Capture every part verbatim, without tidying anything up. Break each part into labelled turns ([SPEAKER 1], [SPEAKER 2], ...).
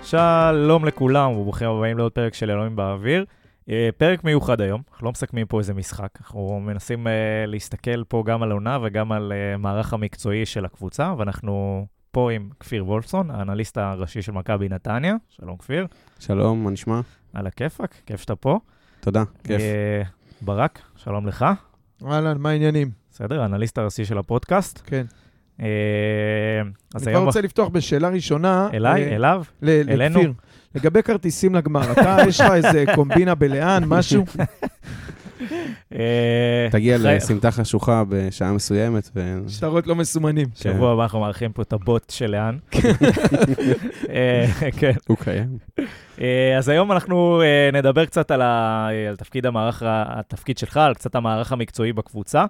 [SPEAKER 1] שלום לכולם וברוכים הבאים לעוד פרק של אלוהים באוויר. פרק מיוחד היום, אנחנו לא מסכמים פה איזה משחק, אנחנו מנסים להסתכל פה גם על עונה וגם על מערך המקצועי של הקבוצה, ואנחנו פה עם כפיר וולפסון, האנליסט הראשי של מכבי נתניה. שלום כפיר.
[SPEAKER 2] שלום, מה נשמע?
[SPEAKER 1] על הכיפק, כיף שאתה פה.
[SPEAKER 2] תודה, כיף.
[SPEAKER 1] ברק, שלום לך.
[SPEAKER 3] אהלן, מה העניינים?
[SPEAKER 1] בסדר, האנליסט הראשי של הפודקאסט.
[SPEAKER 3] כן.
[SPEAKER 1] אני
[SPEAKER 3] כבר רוצה לפתוח בשאלה ראשונה.
[SPEAKER 1] אליי, אליו, אלינו.
[SPEAKER 3] לגבי כרטיסים לגמר, אתה, יש לך איזה קומבינה בלאן, משהו?
[SPEAKER 2] תגיע לסמטה חשוכה בשעה מסוימת.
[SPEAKER 3] שטרות לא מסומנים.
[SPEAKER 1] שבוע הבא אנחנו מארחים פה את הבוט של לאן. כן.
[SPEAKER 2] הוא קיים.
[SPEAKER 1] אז היום אנחנו נדבר קצת על תפקיד המערך, התפקיד שלך, על קצת המערך המקצועי בקבוצה.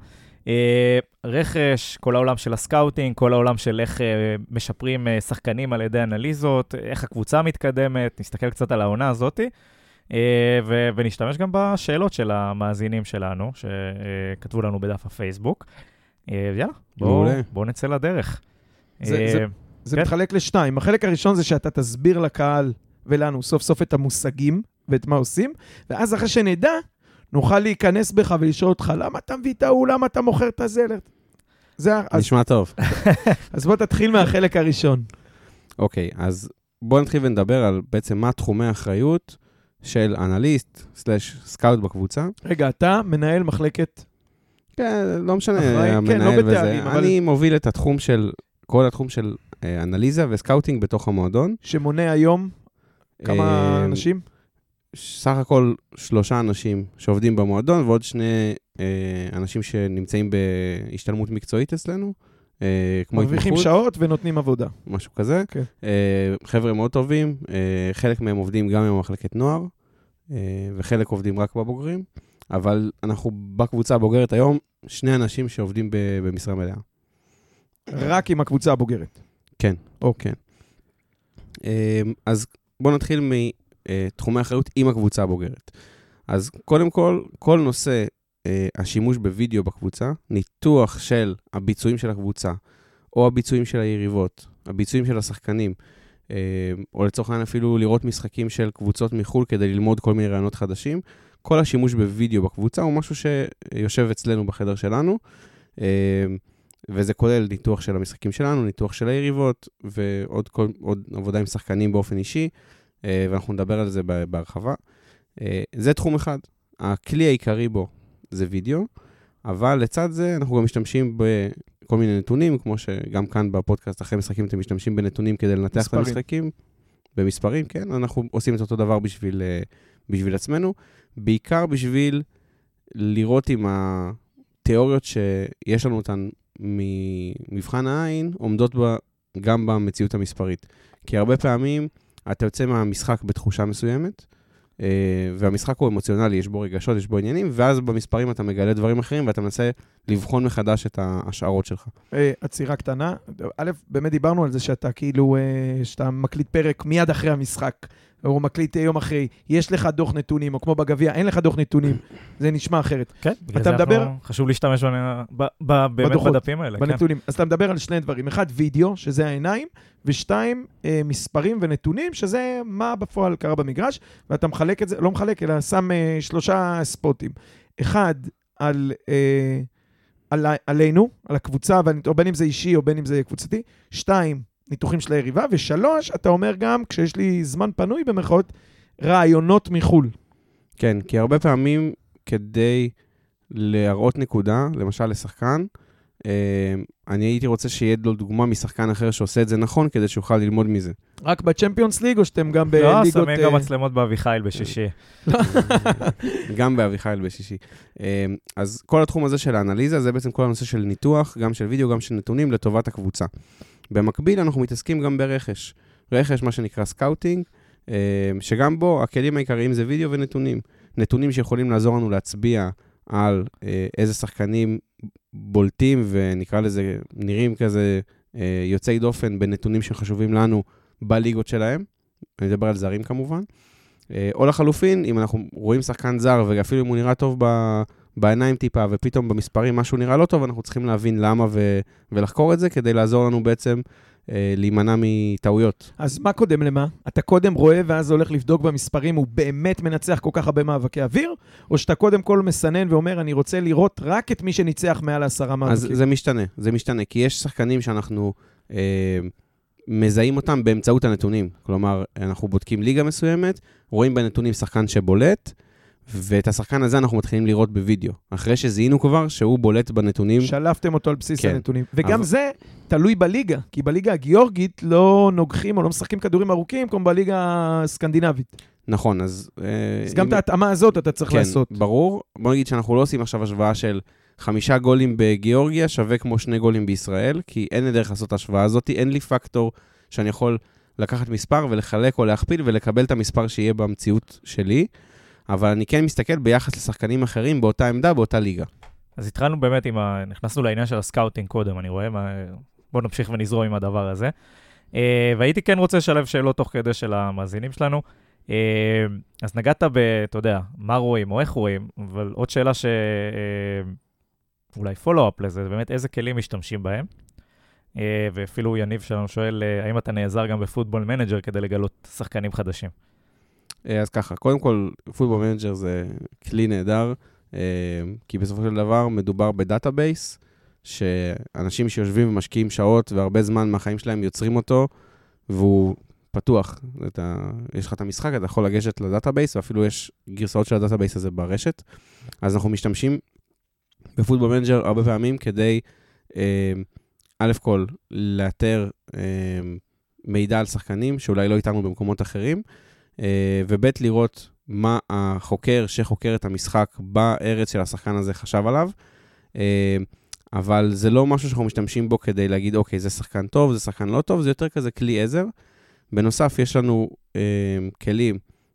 [SPEAKER 1] רכש, כל העולם של הסקאוטינג, כל העולם של איך משפרים שחקנים על ידי אנליזות, איך הקבוצה מתקדמת, נסתכל קצת על העונה הזאת, ו- ונשתמש גם בשאלות של המאזינים שלנו, שכתבו לנו בדף הפייסבוק. יאללה, בואו בוא נצא לדרך.
[SPEAKER 3] זה, זה, זה כן? מתחלק לשניים. החלק הראשון זה שאתה תסביר לקהל ולנו סוף סוף את המושגים ואת מה עושים, ואז אחרי שנדע, נוכל להיכנס בך ולשאול אותך, למה אתה מביא את ההוא, למה אתה מוכר את הזלת?
[SPEAKER 2] נשמע טוב.
[SPEAKER 3] אז בוא תתחיל מהחלק הראשון.
[SPEAKER 2] אוקיי, אז בוא נתחיל ונדבר על בעצם מה תחומי האחריות של אנליסט סלש סקאוט בקבוצה.
[SPEAKER 3] רגע, אתה מנהל מחלקת...
[SPEAKER 2] כן, לא משנה, המנהל וזה. אני מוביל את התחום של, כל התחום של אנליזה וסקאוטינג בתוך המועדון.
[SPEAKER 3] שמונה היום כמה אנשים?
[SPEAKER 2] סך הכל שלושה אנשים שעובדים במועדון, ועוד שני אה, אנשים שנמצאים בהשתלמות מקצועית אצלנו. אה, כמו
[SPEAKER 3] מרוויחים שעות ונותנים עבודה.
[SPEAKER 2] משהו כזה.
[SPEAKER 3] Okay.
[SPEAKER 2] אה, חבר'ה מאוד טובים, אה, חלק מהם עובדים גם במחלקת נוער, אה, וחלק עובדים רק בבוגרים, אבל אנחנו בקבוצה הבוגרת היום, שני אנשים שעובדים ב- במשרה מלאה.
[SPEAKER 3] רק עם הקבוצה הבוגרת.
[SPEAKER 2] כן.
[SPEAKER 3] אוקיי.
[SPEAKER 2] Okay. אה, אז בואו נתחיל מ... תחומי אחריות עם הקבוצה הבוגרת. אז קודם כל, כל נושא אה, השימוש בווידאו בקבוצה, ניתוח של הביצועים של הקבוצה, או הביצועים של היריבות, הביצועים של השחקנים, אה, או לצורך העניין אפילו לראות משחקים של קבוצות מחול כדי ללמוד כל מיני רעיונות חדשים, כל השימוש בווידאו בקבוצה הוא משהו שיושב אצלנו בחדר שלנו, אה, וזה כולל ניתוח של המשחקים שלנו, ניתוח של היריבות, ועוד כל, עוד עבודה עם שחקנים באופן אישי, ואנחנו נדבר על זה בהרחבה. זה תחום אחד. הכלי העיקרי בו זה וידאו, אבל לצד זה אנחנו גם משתמשים בכל מיני נתונים, כמו שגם כאן בפודקאסט אחרי משחקים אתם משתמשים בנתונים כדי לנתח את המשחקים, במספרים, כן? אנחנו עושים את אותו דבר בשביל, בשביל עצמנו, בעיקר בשביל לראות אם התיאוריות שיש לנו אותן ממבחן העין, עומדות בה, גם במציאות המספרית. כי הרבה פעמים אתה יוצא מהמשחק בתחושה מסוימת, והמשחק הוא אמוציונלי, יש בו רגשות, יש בו עניינים, ואז במספרים אתה מגלה דברים אחרים, ואתה מנסה לבחון מחדש את ההשערות שלך.
[SPEAKER 3] עצירה קטנה, א', באמת דיברנו על זה שאתה כאילו, שאתה מקליט פרק מיד אחרי המשחק, או מקליט יום אחרי, יש לך דוח נתונים, או כמו בגביע, אין לך דוח נתונים, זה נשמע אחרת.
[SPEAKER 1] כן, אתה מדבר... חשוב להשתמש באמת בדפים האלה.
[SPEAKER 3] בנתונים. אז אתה מדבר על שני דברים, אחד וידאו, שזה העיניים, ושתיים, מספרים ונתונים, שזה מה בפועל קרה במגרש, ואתה מחלק את זה, לא מחלק, אלא שם שלושה ספוטים. אחד, על, על, עלינו, על הקבוצה, או בין אם זה אישי או בין אם זה קבוצתי. שתיים, ניתוחים של היריבה, ושלוש, אתה אומר גם, כשיש לי זמן פנוי במחאות, רעיונות מחול.
[SPEAKER 2] כן, כי הרבה פעמים כדי להראות נקודה, למשל לשחקן, אני הייתי רוצה שיהיה לו דוגמה משחקן אחר שעושה את זה נכון, כדי שאוכל ללמוד מזה.
[SPEAKER 3] רק בצ'מפיונס ליג, או שאתם גם בליגות...
[SPEAKER 1] לא, שמים גם מצלמות באביחייל בשישי.
[SPEAKER 2] גם באביחייל בשישי. אז כל התחום הזה של האנליזה, זה בעצם כל הנושא של ניתוח, גם של וידאו, גם של נתונים, לטובת הקבוצה. במקביל, אנחנו מתעסקים גם ברכש. רכש, מה שנקרא סקאוטינג, שגם בו הכלים העיקריים זה וידאו ונתונים. נתונים שיכולים לעזור לנו להצביע על איזה שחקנים בולטים, ונקרא לזה, נראים כזה יוצאי דופן בנתונים שחשובים לנו בליגות שלהם. אני מדבר על זרים כמובן. או לחלופין, אם אנחנו רואים שחקן זר, ואפילו אם הוא נראה טוב ב... בעיניים טיפה, ופתאום במספרים משהו נראה לא טוב, אנחנו צריכים להבין למה ו... ולחקור את זה, כדי לעזור לנו בעצם להימנע מטעויות.
[SPEAKER 3] אז מה קודם למה? אתה קודם רואה ואז הולך לבדוק במספרים, הוא באמת מנצח כל כך הרבה מאבקי אוויר, או שאתה קודם כל מסנן ואומר, אני רוצה לראות רק את מי שניצח מעל עשרה מאבקים?
[SPEAKER 2] אז זה משתנה, זה משתנה, כי יש שחקנים שאנחנו אה, מזהים אותם באמצעות הנתונים. כלומר, אנחנו בודקים ליגה מסוימת, רואים בנתונים שחקן שבולט, ואת השחקן הזה אנחנו מתחילים לראות בווידאו. אחרי שזיהינו כבר שהוא בולט בנתונים.
[SPEAKER 3] שלפתם אותו על בסיס
[SPEAKER 2] כן.
[SPEAKER 3] הנתונים. וגם
[SPEAKER 2] אבל...
[SPEAKER 3] זה תלוי בליגה, כי בליגה הגיאורגית לא נוגחים או לא משחקים כדורים ארוכים, כמו בליגה הסקנדינבית.
[SPEAKER 2] נכון, אז...
[SPEAKER 3] אז גם אם... את ההתאמה הזאת אתה צריך
[SPEAKER 2] כן,
[SPEAKER 3] לעשות.
[SPEAKER 2] ברור. בוא נגיד שאנחנו לא עושים עכשיו השוואה של חמישה גולים בגיאורגיה, שווה כמו שני גולים בישראל, כי אין לי דרך לעשות את ההשוואה הזאת, אין לי פקטור שאני יכול לקחת מספר ולחלק או להכפיל ולקבל את המספר שיהיה במציאות שלי. אבל אני כן מסתכל ביחס לשחקנים אחרים באותה עמדה, באותה ליגה.
[SPEAKER 1] אז התחלנו באמת עם ה... נכנסנו לעניין של הסקאוטינג קודם, אני רואה, מה... בואו נמשיך ונזרום עם הדבר הזה. והייתי כן רוצה לשלב שאלות תוך כדי של המאזינים שלנו. אז נגעת ב, אתה יודע, מה רואים או איך רואים, אבל עוד שאלה ש... אולי פולו-אפ לזה, זה באמת איזה כלים משתמשים בהם. ואפילו יניב שלנו שואל, האם אתה נעזר גם בפוטבול מנג'ר כדי לגלות שחקנים חדשים?
[SPEAKER 2] אז ככה, קודם כל, פוטבול מנג'ר זה כלי נהדר, כי בסופו של דבר מדובר בדאטאבייס, שאנשים שיושבים ומשקיעים שעות והרבה זמן מהחיים שלהם יוצרים אותו, והוא פתוח. אתה, יש לך את המשחק, אתה יכול לגשת לדאטאבייס, ואפילו יש גרסאות של הדאטאבייס הזה ברשת. אז אנחנו משתמשים בפוטבול מנג'ר הרבה פעמים כדי, א' כל, לאתר מידע על שחקנים, שאולי לא איתנו במקומות אחרים, ובית לראות מה החוקר שחוקר את המשחק בארץ של השחקן הזה חשב עליו, אבל זה לא משהו שאנחנו משתמשים בו כדי להגיד, אוקיי, זה שחקן טוב, זה שחקן לא טוב, זה יותר כזה כלי עזר. בנוסף, יש לנו כלים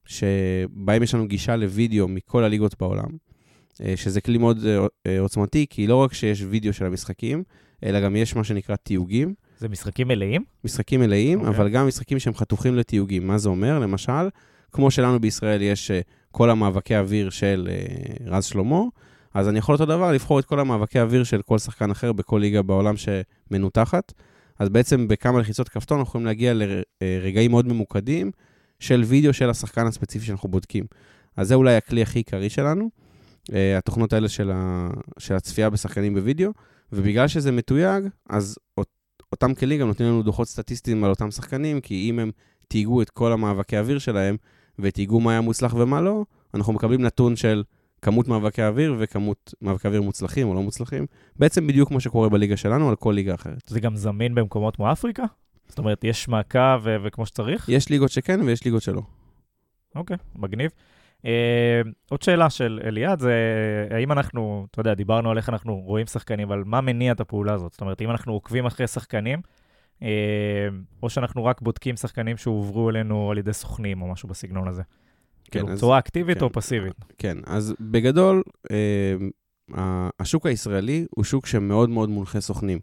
[SPEAKER 2] שבהם יש לנו גישה לוידאו מכל הליגות בעולם, שזה כלי מאוד עוצמתי, כי לא רק שיש וידאו של המשחקים, אלא גם יש מה שנקרא תיוגים. זה
[SPEAKER 1] משחקים מלאים?
[SPEAKER 2] משחקים מלאים, okay. אבל גם משחקים שהם חתוכים לתיוגים. מה זה אומר? למשל, כמו שלנו בישראל יש כל המאבקי אוויר של uh, רז שלמה, אז אני יכול אותו דבר לבחור את כל המאבקי אוויר של כל שחקן אחר בכל ליגה בעולם שמנותחת. אז בעצם בכמה לחיצות כפתור אנחנו יכולים להגיע לרגעים מאוד ממוקדים של וידאו של השחקן הספציפי שאנחנו בודקים. אז זה אולי הכלי הכי עיקרי שלנו, uh, התוכנות האלה של, ה... של הצפייה בשחקנים בווידאו, ובגלל שזה מתויג, אז אותם כלים גם נותנים לנו דוחות סטטיסטיים על אותם שחקנים, כי אם הם תיגעו את כל המאבקי האוויר שלהם, ותיגעו מה היה מוצלח ומה לא, אנחנו מקבלים נתון של כמות מאבקי האוויר, וכמות מאבקי האוויר מוצלחים או לא מוצלחים, בעצם בדיוק כמו שקורה בליגה שלנו, על כל ליגה אחרת.
[SPEAKER 1] זה גם זמין במקומות כמו אפריקה? זאת אומרת, יש מעקב ו- וכמו שצריך?
[SPEAKER 2] יש ליגות שכן ויש ליגות שלא.
[SPEAKER 1] אוקיי, מגניב. Uh, עוד שאלה של אליעד, זה האם אנחנו, אתה יודע, דיברנו על איך אנחנו רואים שחקנים, אבל מה מניע את הפעולה הזאת? זאת אומרת, אם אנחנו עוקבים אחרי שחקנים, uh, או שאנחנו רק בודקים שחקנים שהועברו אלינו על ידי סוכנים, או משהו בסגנון הזה.
[SPEAKER 2] כן,
[SPEAKER 1] כאילו,
[SPEAKER 2] אז,
[SPEAKER 1] צורה אקטיבית
[SPEAKER 2] כן,
[SPEAKER 1] או פסיבית?
[SPEAKER 2] כן, אז בגדול, uh, השוק הישראלי הוא שוק שמאוד מאוד מונחה סוכנים.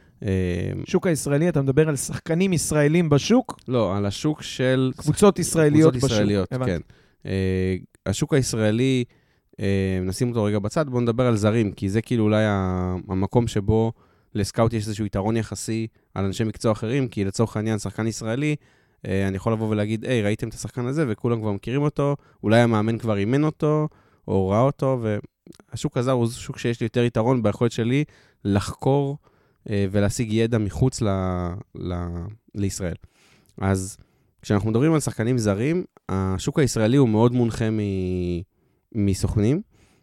[SPEAKER 3] שוק הישראלי, אתה מדבר על שחקנים ישראלים בשוק?
[SPEAKER 2] לא, על השוק של...
[SPEAKER 3] קבוצות ישראליות בשוק.
[SPEAKER 2] קבוצות ישראליות, כן. Uh, השוק הישראלי, uh, נשים אותו רגע בצד, בואו נדבר על זרים, כי זה כאילו אולי המקום שבו לסקאוט יש איזשהו יתרון יחסי על אנשי מקצוע אחרים, כי לצורך העניין, שחקן ישראלי, uh, אני יכול לבוא ולהגיד, היי, ראיתם את השחקן הזה, וכולם כבר מכירים אותו, אולי המאמן כבר אימן אותו, או ראה אותו, והשוק הזה הוא שוק שיש לי יותר יתרון ביכולת שלי לחקור uh, ולהשיג ידע מחוץ ל, ל, לישראל. אז... כשאנחנו מדברים על שחקנים זרים, השוק הישראלי הוא מאוד מונחה מ... מסוכנים,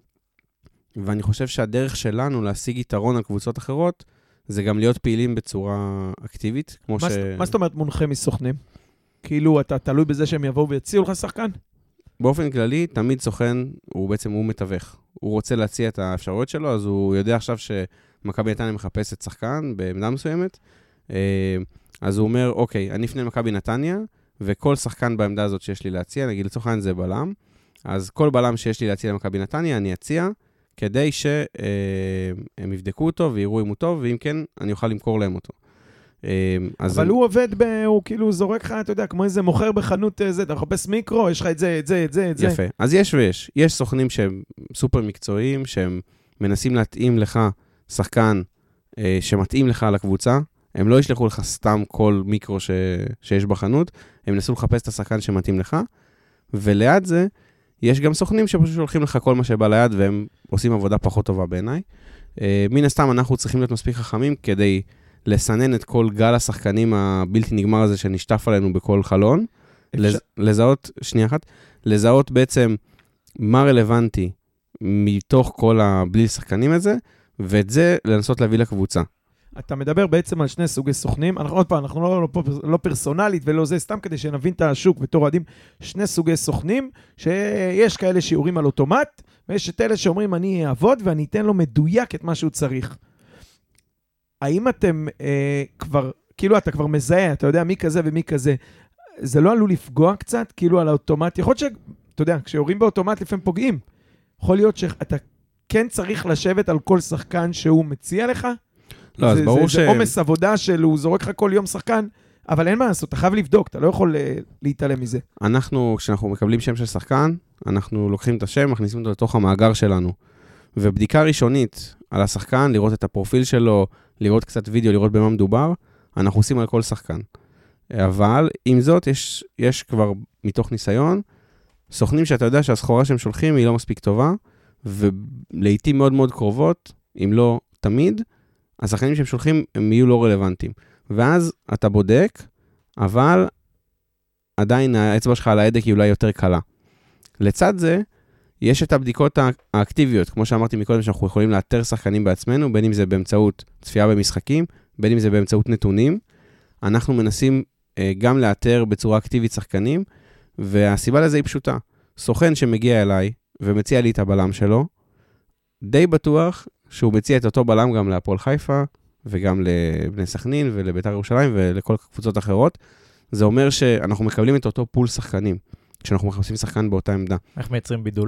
[SPEAKER 2] ואני חושב שהדרך שלנו להשיג יתרון על קבוצות אחרות, זה גם להיות פעילים בצורה אקטיבית, כמו
[SPEAKER 3] מה,
[SPEAKER 2] ש...
[SPEAKER 3] מה זאת אומרת מונחה מסוכנים? כאילו אתה תלוי בזה שהם יבואו ויציעו לך שחקן?
[SPEAKER 2] באופן כללי, תמיד סוכן, הוא בעצם הוא מתווך. הוא רוצה להציע את האפשרויות שלו, אז הוא יודע עכשיו שמכבי נתניה מחפשת שחקן בעמדה מסוימת, אז הוא אומר, אוקיי, אני אפנה למכבי נתניה, וכל שחקן בעמדה הזאת שיש לי להציע, נגיד לצורך העניין זה בלם, אז כל בלם שיש לי להציע למכבי נתניה, אני אציע, כדי שהם יבדקו אותו ויראו אם הוא טוב, ואם כן, אני אוכל למכור להם אותו.
[SPEAKER 3] אבל הוא עובד, הוא כאילו זורק לך, אתה יודע, כמו איזה מוכר בחנות, אתה מחפש מיקרו, יש לך את זה, את זה, את זה, את זה.
[SPEAKER 2] יפה. אז יש ויש. יש סוכנים שהם סופר מקצועיים, שהם מנסים להתאים לך שחקן שמתאים לך לקבוצה, הם לא ישלחו לך סתם כל מיקרו ש... שיש בחנות, הם נסו לחפש את השחקן שמתאים לך, וליד זה, יש גם סוכנים שפשוט שולחים לך כל מה שבא ליד, והם עושים עבודה פחות טובה בעיניי. מן הסתם, אנחנו צריכים להיות מספיק חכמים, כדי לסנן את כל גל השחקנים הבלתי נגמר הזה, שנשטף עלינו בכל חלון, לז... לזהות, שנייה אחת, לזהות בעצם מה רלוונטי, מתוך כל הבליל שחקנים הזה, ואת זה לנסות להביא לקבוצה.
[SPEAKER 3] אתה מדבר בעצם על שני סוגי סוכנים, אנחנו עוד פעם, אנחנו לא, לא, לא פרסונלית ולא זה, סתם כדי שנבין את השוק בתור אוהדים, שני סוגי סוכנים, שיש כאלה שיעורים על אוטומט, ויש את אלה שאומרים אני אעבוד ואני אתן לו מדויק את מה שהוא צריך. האם אתם אה, כבר, כאילו אתה כבר מזהה, אתה יודע מי כזה ומי כזה, זה לא עלול לפגוע קצת, כאילו על האוטומט, יכול להיות ש, אתה יודע, כשיורים באוטומט לפעמים פוגעים, יכול להיות שאתה כן צריך לשבת על כל שחקן שהוא מציע לך,
[SPEAKER 2] לא, אז ברור ש...
[SPEAKER 3] זה עומס עבודה של הוא זורק לך כל יום שחקן, אבל אין מה לעשות, אתה חייב לבדוק, אתה לא יכול להתעלם מזה.
[SPEAKER 2] אנחנו, כשאנחנו מקבלים שם של שחקן, אנחנו לוקחים את השם, מכניסים אותו לתוך המאגר שלנו. ובדיקה ראשונית על השחקן, לראות את הפרופיל שלו, לראות קצת וידאו, לראות במה מדובר, אנחנו עושים על כל שחקן. אבל עם זאת, יש, יש כבר מתוך ניסיון, סוכנים שאתה יודע שהסחורה שהם שולחים היא לא מספיק טובה, ולעיתים מאוד מאוד קרובות, אם לא תמיד, השחקנים שהם שולחים הם יהיו לא רלוונטיים. ואז אתה בודק, אבל עדיין האצבע שלך על ההדק היא אולי יותר קלה. לצד זה, יש את הבדיקות האקטיביות, כמו שאמרתי מקודם, שאנחנו יכולים לאתר שחקנים בעצמנו, בין אם זה באמצעות צפייה במשחקים, בין אם זה באמצעות נתונים. אנחנו מנסים אה, גם לאתר בצורה אקטיבית שחקנים, והסיבה לזה היא פשוטה. סוכן שמגיע אליי ומציע לי את הבלם שלו, די בטוח שהוא מציע את אותו בלם גם להפועל חיפה, וגם לבני סכנין ולביתר ירושלים ולכל קבוצות אחרות. זה אומר שאנחנו מקבלים את אותו פול שחקנים, כשאנחנו מחפשים שחקן באותה עמדה.
[SPEAKER 1] איך מייצרים בידול?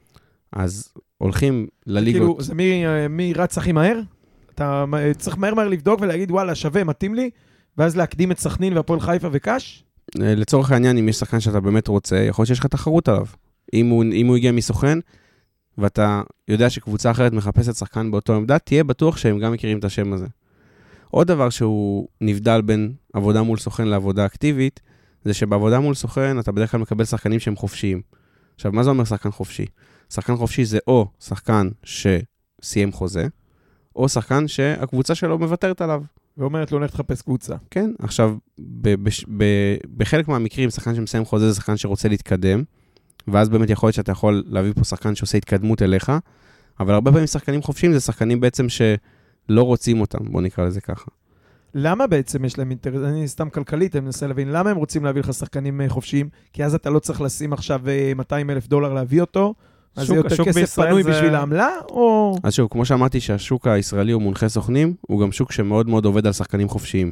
[SPEAKER 2] אז הולכים לליגות.
[SPEAKER 3] כאילו, זה מי, מי רץ הכי מהר? אתה צריך מהר מהר לבדוק ולהגיד, וואלה, שווה, מתאים לי, ואז להקדים את סכנין והפועל חיפה וקש?
[SPEAKER 2] לצורך העניין, אם יש שחקן שאתה באמת רוצה, יכול להיות שיש לך תחרות עליו. אם הוא, אם הוא הגיע מסוכן, ואתה יודע שקבוצה אחרת מחפשת שחקן באותו עמדה, תהיה בטוח שהם גם מכירים את השם הזה. עוד דבר שהוא נבדל בין עבודה מול סוכן לעבודה אקטיבית, זה שבעבודה מול סוכן אתה בדרך כלל מקבל שחקנים שהם חופשיים. עכשיו, מה זה אומר שחקן חופשי? שחקן חופשי זה או שחקן שסיים חוזה, או שחקן שהקבוצה שלו מוותרת עליו.
[SPEAKER 3] ואומרת לו, הולך לחפש קבוצה.
[SPEAKER 2] כן, עכשיו, ב- ב- ב- בחלק מהמקרים, שחקן שמסיים חוזה זה שחקן שרוצה להתקדם, ואז באמת יכול להיות שאתה יכול להביא פה שחקן שעושה התקדמות אליך, אבל הרבה פעמים שחקנים חופשיים זה שחקנים בעצם שלא רוצים אותם, בוא נקרא לזה ככה.
[SPEAKER 3] למה בעצם יש להם אינטרס? אני סתם כלכלית, אני מנסה להבין, למה הם רוצים להביא לך שחקנים חופשיים? כי אז אתה לא צריך לשים עכשיו מאתיים אלף דולר להביא אותו, אז זה יותר כסף פנוי זה... בשביל העמלה, או...
[SPEAKER 2] אז שוב, כמו שאמרתי שהשוק הישראלי הוא מונחה סוכנים, הוא גם שוק שמאוד מאוד עובד על שחקנים חופשיים.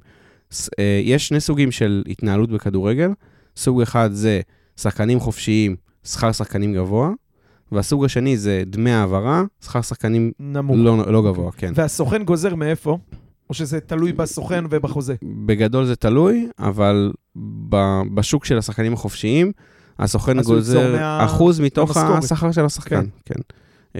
[SPEAKER 2] יש שני סוגים של התנהלות בכדורגל, סוג אחד זה שחקנים חופשיים, שכר שחקנים גבוה, והסוג השני זה דמי העברה, שכר שחקנים נמוך. לא, לא גבוה, כן.
[SPEAKER 3] והסוכן גוזר מאיפה? או שזה תלוי בסוכן ובחוזה?
[SPEAKER 2] בגדול זה תלוי, אבל בשוק של השחקנים החופשיים, הסוכן גוזר מה... אחוז מתוך השכר של השחקן. כן. כן.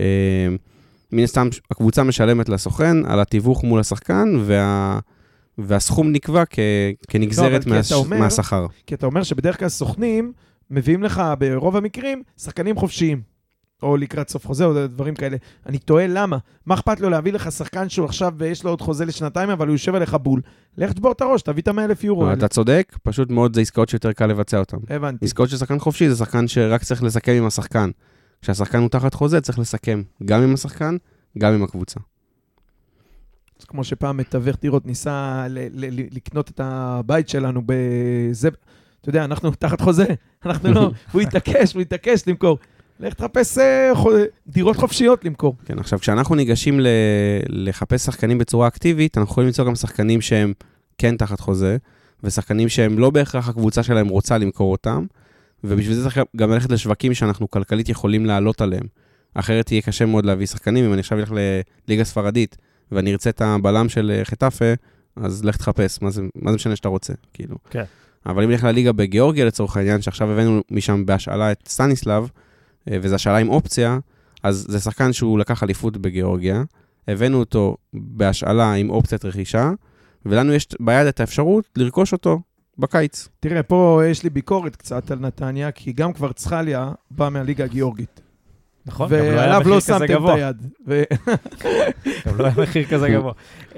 [SPEAKER 2] מן הסתם, הקבוצה משלמת לסוכן על התיווך מול השחקן, וה... והסכום נקבע כ... כנגזרת לא, מה... אומר, מהשכר.
[SPEAKER 3] כי אתה אומר שבדרך כלל סוכנים מביאים לך ברוב המקרים שחקנים חופשיים. או לקראת סוף חוזה, או דברים כאלה. אני טועה למה? מה אכפת לו להביא לך שחקן שהוא עכשיו ויש לו עוד חוזה לשנתיים, אבל הוא יושב עליך בול. לך תשבור את הראש, תביא את מאה אלף יורו.
[SPEAKER 2] אתה צודק, פשוט מאוד זה עסקאות שיותר קל לבצע אותן.
[SPEAKER 3] הבנתי.
[SPEAKER 2] עסקאות של שחקן חופשי זה שחקן שרק צריך לסכם עם השחקן. כשהשחקן הוא תחת חוזה, צריך לסכם גם עם השחקן, גם עם הקבוצה.
[SPEAKER 3] זה כמו שפעם מתווך דירות ניסה לקנות את הבית שלנו בזה. אתה יודע, אנחנו תחת חוזה. אנחנו לא, הוא יתעקש, הוא יתעקש למכור. לך תחפש דירות חופשיות למכור.
[SPEAKER 2] כן, עכשיו, כשאנחנו ניגשים לחפש שחקנים בצורה אקטיבית, אנחנו יכולים למצוא גם שחקנים שהם כן תחת חוזה, ושחקנים שהם לא בהכרח הקבוצה שלהם רוצה למכור אותם, ובשביל זה צריך גם ללכת לשווקים שאנחנו כלכלית יכולים לעלות עליהם. אחרת יהיה קשה מאוד להביא שחקנים, אם אני עכשיו אלך לליגה ספרדית, ואני ארצה את הבלם של חטאפה, אז לך תחפש, מה זה, מה זה משנה שאתה רוצה, כאילו.
[SPEAKER 1] כן.
[SPEAKER 2] אבל אם נלך לליגה בגיאורגיה לצורך העניין, שעכשיו הבאנו משם בהשאלה את סטניסלב, וזו השאלה עם אופציה, אז זה שחקן שהוא לקח אליפות בגיאורגיה, הבאנו אותו בהשאלה עם אופציית רכישה, ולנו יש ביד את האפשרות לרכוש אותו בקיץ.
[SPEAKER 3] תראה, פה יש לי ביקורת קצת על נתניה, כי גם כבר צחליה בא מהליגה הגיאורגית.
[SPEAKER 1] נכון, גם לא היה מחיר כזה גבוה. גם לא היה מחיר כזה גבוה.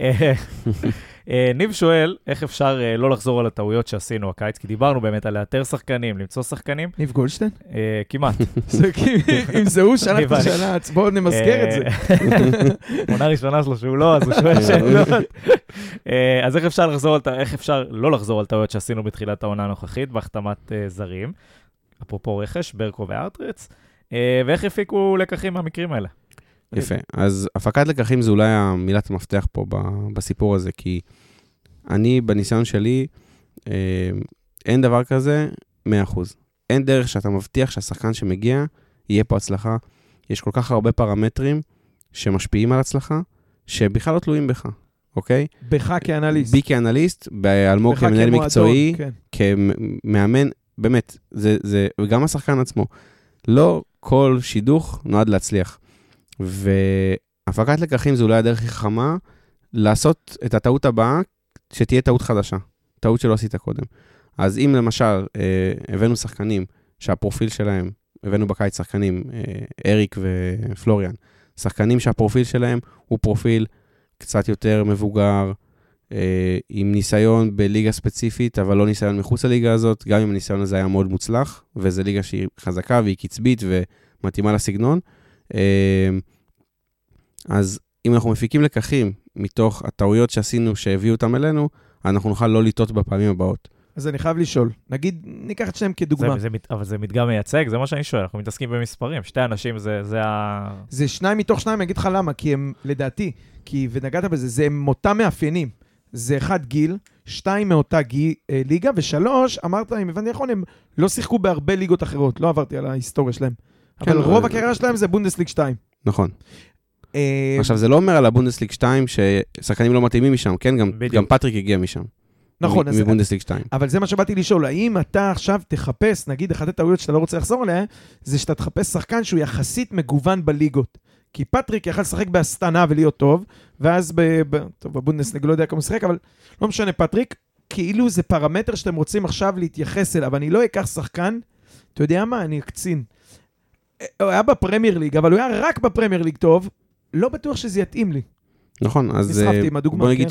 [SPEAKER 1] ניב שואל, איך אפשר לא לחזור על הטעויות שעשינו הקיץ, כי דיברנו באמת על לאתר שחקנים, למצוא שחקנים.
[SPEAKER 3] ניב גולדשטיין?
[SPEAKER 1] כמעט.
[SPEAKER 3] אם זה הוא שלח את השאלה, בואו נמסגר את זה.
[SPEAKER 1] עונה ראשונה שלו שהוא לא, אז הוא שואל שאלות. אז איך אפשר לחזור, איך אפשר לא לחזור על טעויות שעשינו בתחילת העונה הנוכחית, בהחתמת זרים, אפרופו רכש, ברקו וארטרץ, ואיך הפיקו לקחים מהמקרים האלה?
[SPEAKER 2] יפה. אז הפקת לקחים זה אולי המילת המפתח פה בסיפור הזה, כי אני, בניסיון שלי, אין דבר כזה מאה אחוז. אין דרך שאתה מבטיח שהשחקן שמגיע, יהיה פה הצלחה. יש כל כך הרבה פרמטרים שמשפיעים על הצלחה, שבכלל לא תלויים בך, אוקיי?
[SPEAKER 3] בך כאנליסט.
[SPEAKER 2] בי כאנליסט, באלמוג כמנהל מקצועי, כמאמן, באמת, זה, זה, וגם השחקן עצמו. לא כל שידוך נועד להצליח. והפקת לקחים זה אולי הדרך הכי חכמה, לעשות את הטעות הבאה, שתהיה טעות חדשה. טעות שלא עשית קודם. אז אם למשל, אה, הבאנו שחקנים, שהפרופיל שלהם, הבאנו בקיץ שחקנים, אה, אריק ופלוריאן, שחקנים שהפרופיל שלהם הוא פרופיל קצת יותר מבוגר, אה, עם ניסיון בליגה ספציפית, אבל לא ניסיון מחוץ לליגה הזאת, גם אם הניסיון הזה היה מאוד מוצלח, וזו ליגה שהיא חזקה והיא קצבית ומתאימה לסגנון. אז אם אנחנו מפיקים לקחים מתוך הטעויות שעשינו, שהביאו אותם אלינו, אנחנו נוכל לא לטעות בפעמים הבאות.
[SPEAKER 3] אז אני חייב לשאול, נגיד, ניקח את שניהם כדוגמה.
[SPEAKER 1] זה, זה, אבל זה מדגם מייצג, זה מה שאני שואל, אנחנו מתעסקים במספרים, שתי אנשים זה, זה ה...
[SPEAKER 3] זה שניים מתוך שניים, אני אגיד לך למה, כי הם, לדעתי, כי, ונגעת בזה, זה הם אותם מאפיינים. זה אחד גיל, שתיים מאותה גיל, אה, ליגה, ושלוש, אמרת, אם הבנתי נכון, הם לא שיחקו בהרבה ליגות אחרות, לא עברתי על ההיסטוריה שלהם. אבל רוב הקריירה שלהם זה בונדסליג שתיים.
[SPEAKER 2] נכון. עכשיו, זה לא אומר על הבונדסליג שתיים ששחקנים לא מתאימים משם, כן? גם פטריק הגיע משם.
[SPEAKER 3] נכון.
[SPEAKER 2] מבונדסליג שתיים.
[SPEAKER 3] אבל זה מה שבאתי לשאול, האם אתה עכשיו תחפש, נגיד, אחת הטעויות שאתה לא רוצה לחזור עליה, זה שאתה תחפש שחקן שהוא יחסית מגוון בליגות. כי פטריק יכל לשחק בהסטנה ולהיות טוב, ואז בבונדסליג לא יודע כמה משחק, אבל לא משנה פטריק, כאילו זה פרמטר שאתם רוצים עכשיו להתייחס אליו, אני לא אקח שחקן, אתה יודע מה? אני אקצין. הוא היה בפרמייר ליג, אבל הוא היה רק בפרמייר ליג טוב, לא בטוח שזה יתאים לי.
[SPEAKER 2] נכון, אז בוא נגיד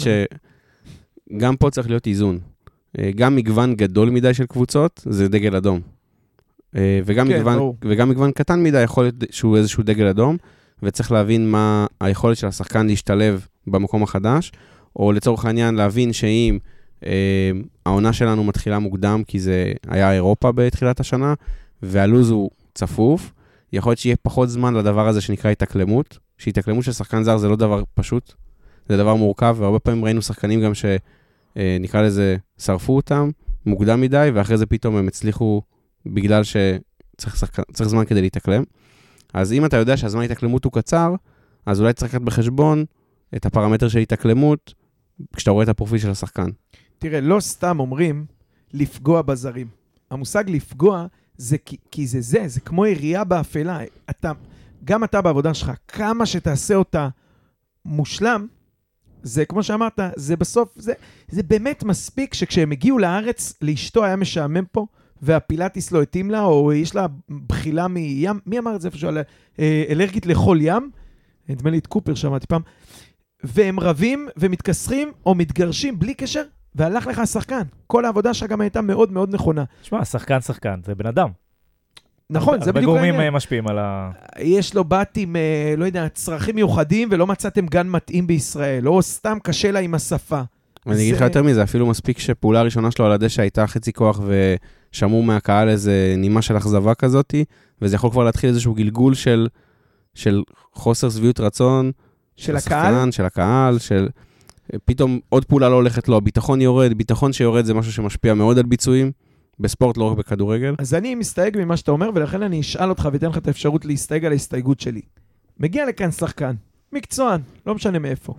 [SPEAKER 2] שגם פה צריך להיות איזון. גם מגוון גדול מדי של קבוצות, זה דגל אדום. וגם מגוון קטן מדי יכול להיות שהוא איזשהו דגל אדום, וצריך להבין מה היכולת של השחקן להשתלב במקום החדש, או לצורך העניין להבין שאם העונה שלנו מתחילה מוקדם, כי זה היה אירופה בתחילת השנה, והלוז הוא צפוף, יכול להיות שיהיה פחות זמן לדבר הזה שנקרא התאקלמות, שהתאקלמות של שחקן זר זה לא דבר פשוט, זה דבר מורכב, והרבה פעמים ראינו שחקנים גם שנקרא לזה, שרפו אותם, מוקדם מדי, ואחרי זה פתאום הם הצליחו, בגלל שצריך שחק... צריך זמן כדי להתאקלם. אז אם אתה יודע שהזמן התאקלמות הוא קצר, אז אולי צריך לקחת בחשבון את הפרמטר של התאקלמות, כשאתה רואה את הפרופיל של השחקן.
[SPEAKER 3] תראה, לא סתם אומרים לפגוע בזרים. המושג לפגוע זה כי, כי זה זה, זה כמו ירייה באפלה. אתה, גם אתה בעבודה שלך, כמה שתעשה אותה מושלם, זה כמו שאמרת, זה בסוף, זה, זה באמת מספיק שכשהם הגיעו לארץ, לאשתו היה משעמם פה, והפילאטיס לא התאים לה, או יש לה בחילה מים, מי אמר את זה איפשהו, אלרגית לחול ים? נדמה לי את קופר שמעתי פעם. והם רבים ומתכסרים או מתגרשים בלי קשר, והלך לך השחקן. כל העבודה שלך גם הייתה מאוד מאוד נכונה.
[SPEAKER 1] תשמע, שחקן שחקן, זה בן אדם.
[SPEAKER 3] נכון, זה בדיוק העניין.
[SPEAKER 1] בגורמים משפיעים על ה...
[SPEAKER 3] יש לו בת עם, לא יודע, צרכים מיוחדים, ולא מצאתם גן מתאים בישראל, או סתם קשה לה עם השפה.
[SPEAKER 2] אני אגיד לך יותר מזה, אפילו מספיק שפעולה הראשונה שלו על הדשא הייתה חצי כוח, ושמעו מהקהל איזה נימה של אכזבה כזאת, וזה יכול כבר להתחיל איזשהו גלגול של, של חוסר סביעות רצון,
[SPEAKER 3] של הקהל,
[SPEAKER 2] של הקהל, של... פתאום עוד פעולה לא הולכת לו, ביטחון יורד, ביטחון שיורד זה משהו שמשפיע מאוד על ביצועים, בספורט לא רק בכדורגל.
[SPEAKER 3] אז אני מסתייג ממה שאתה אומר, ולכן אני אשאל אותך ואתן לך את האפשרות להסתייג על ההסתייגות שלי. מגיע לכאן שחקן, מקצוען, לא משנה מאיפה,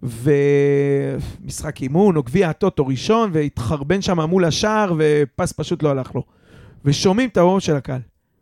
[SPEAKER 3] ומשחק אימון או גביע הטוטו ראשון, והתחרבן שם מול השער, ופס פשוט לא הלך לו. ושומעים את האור של הקהל.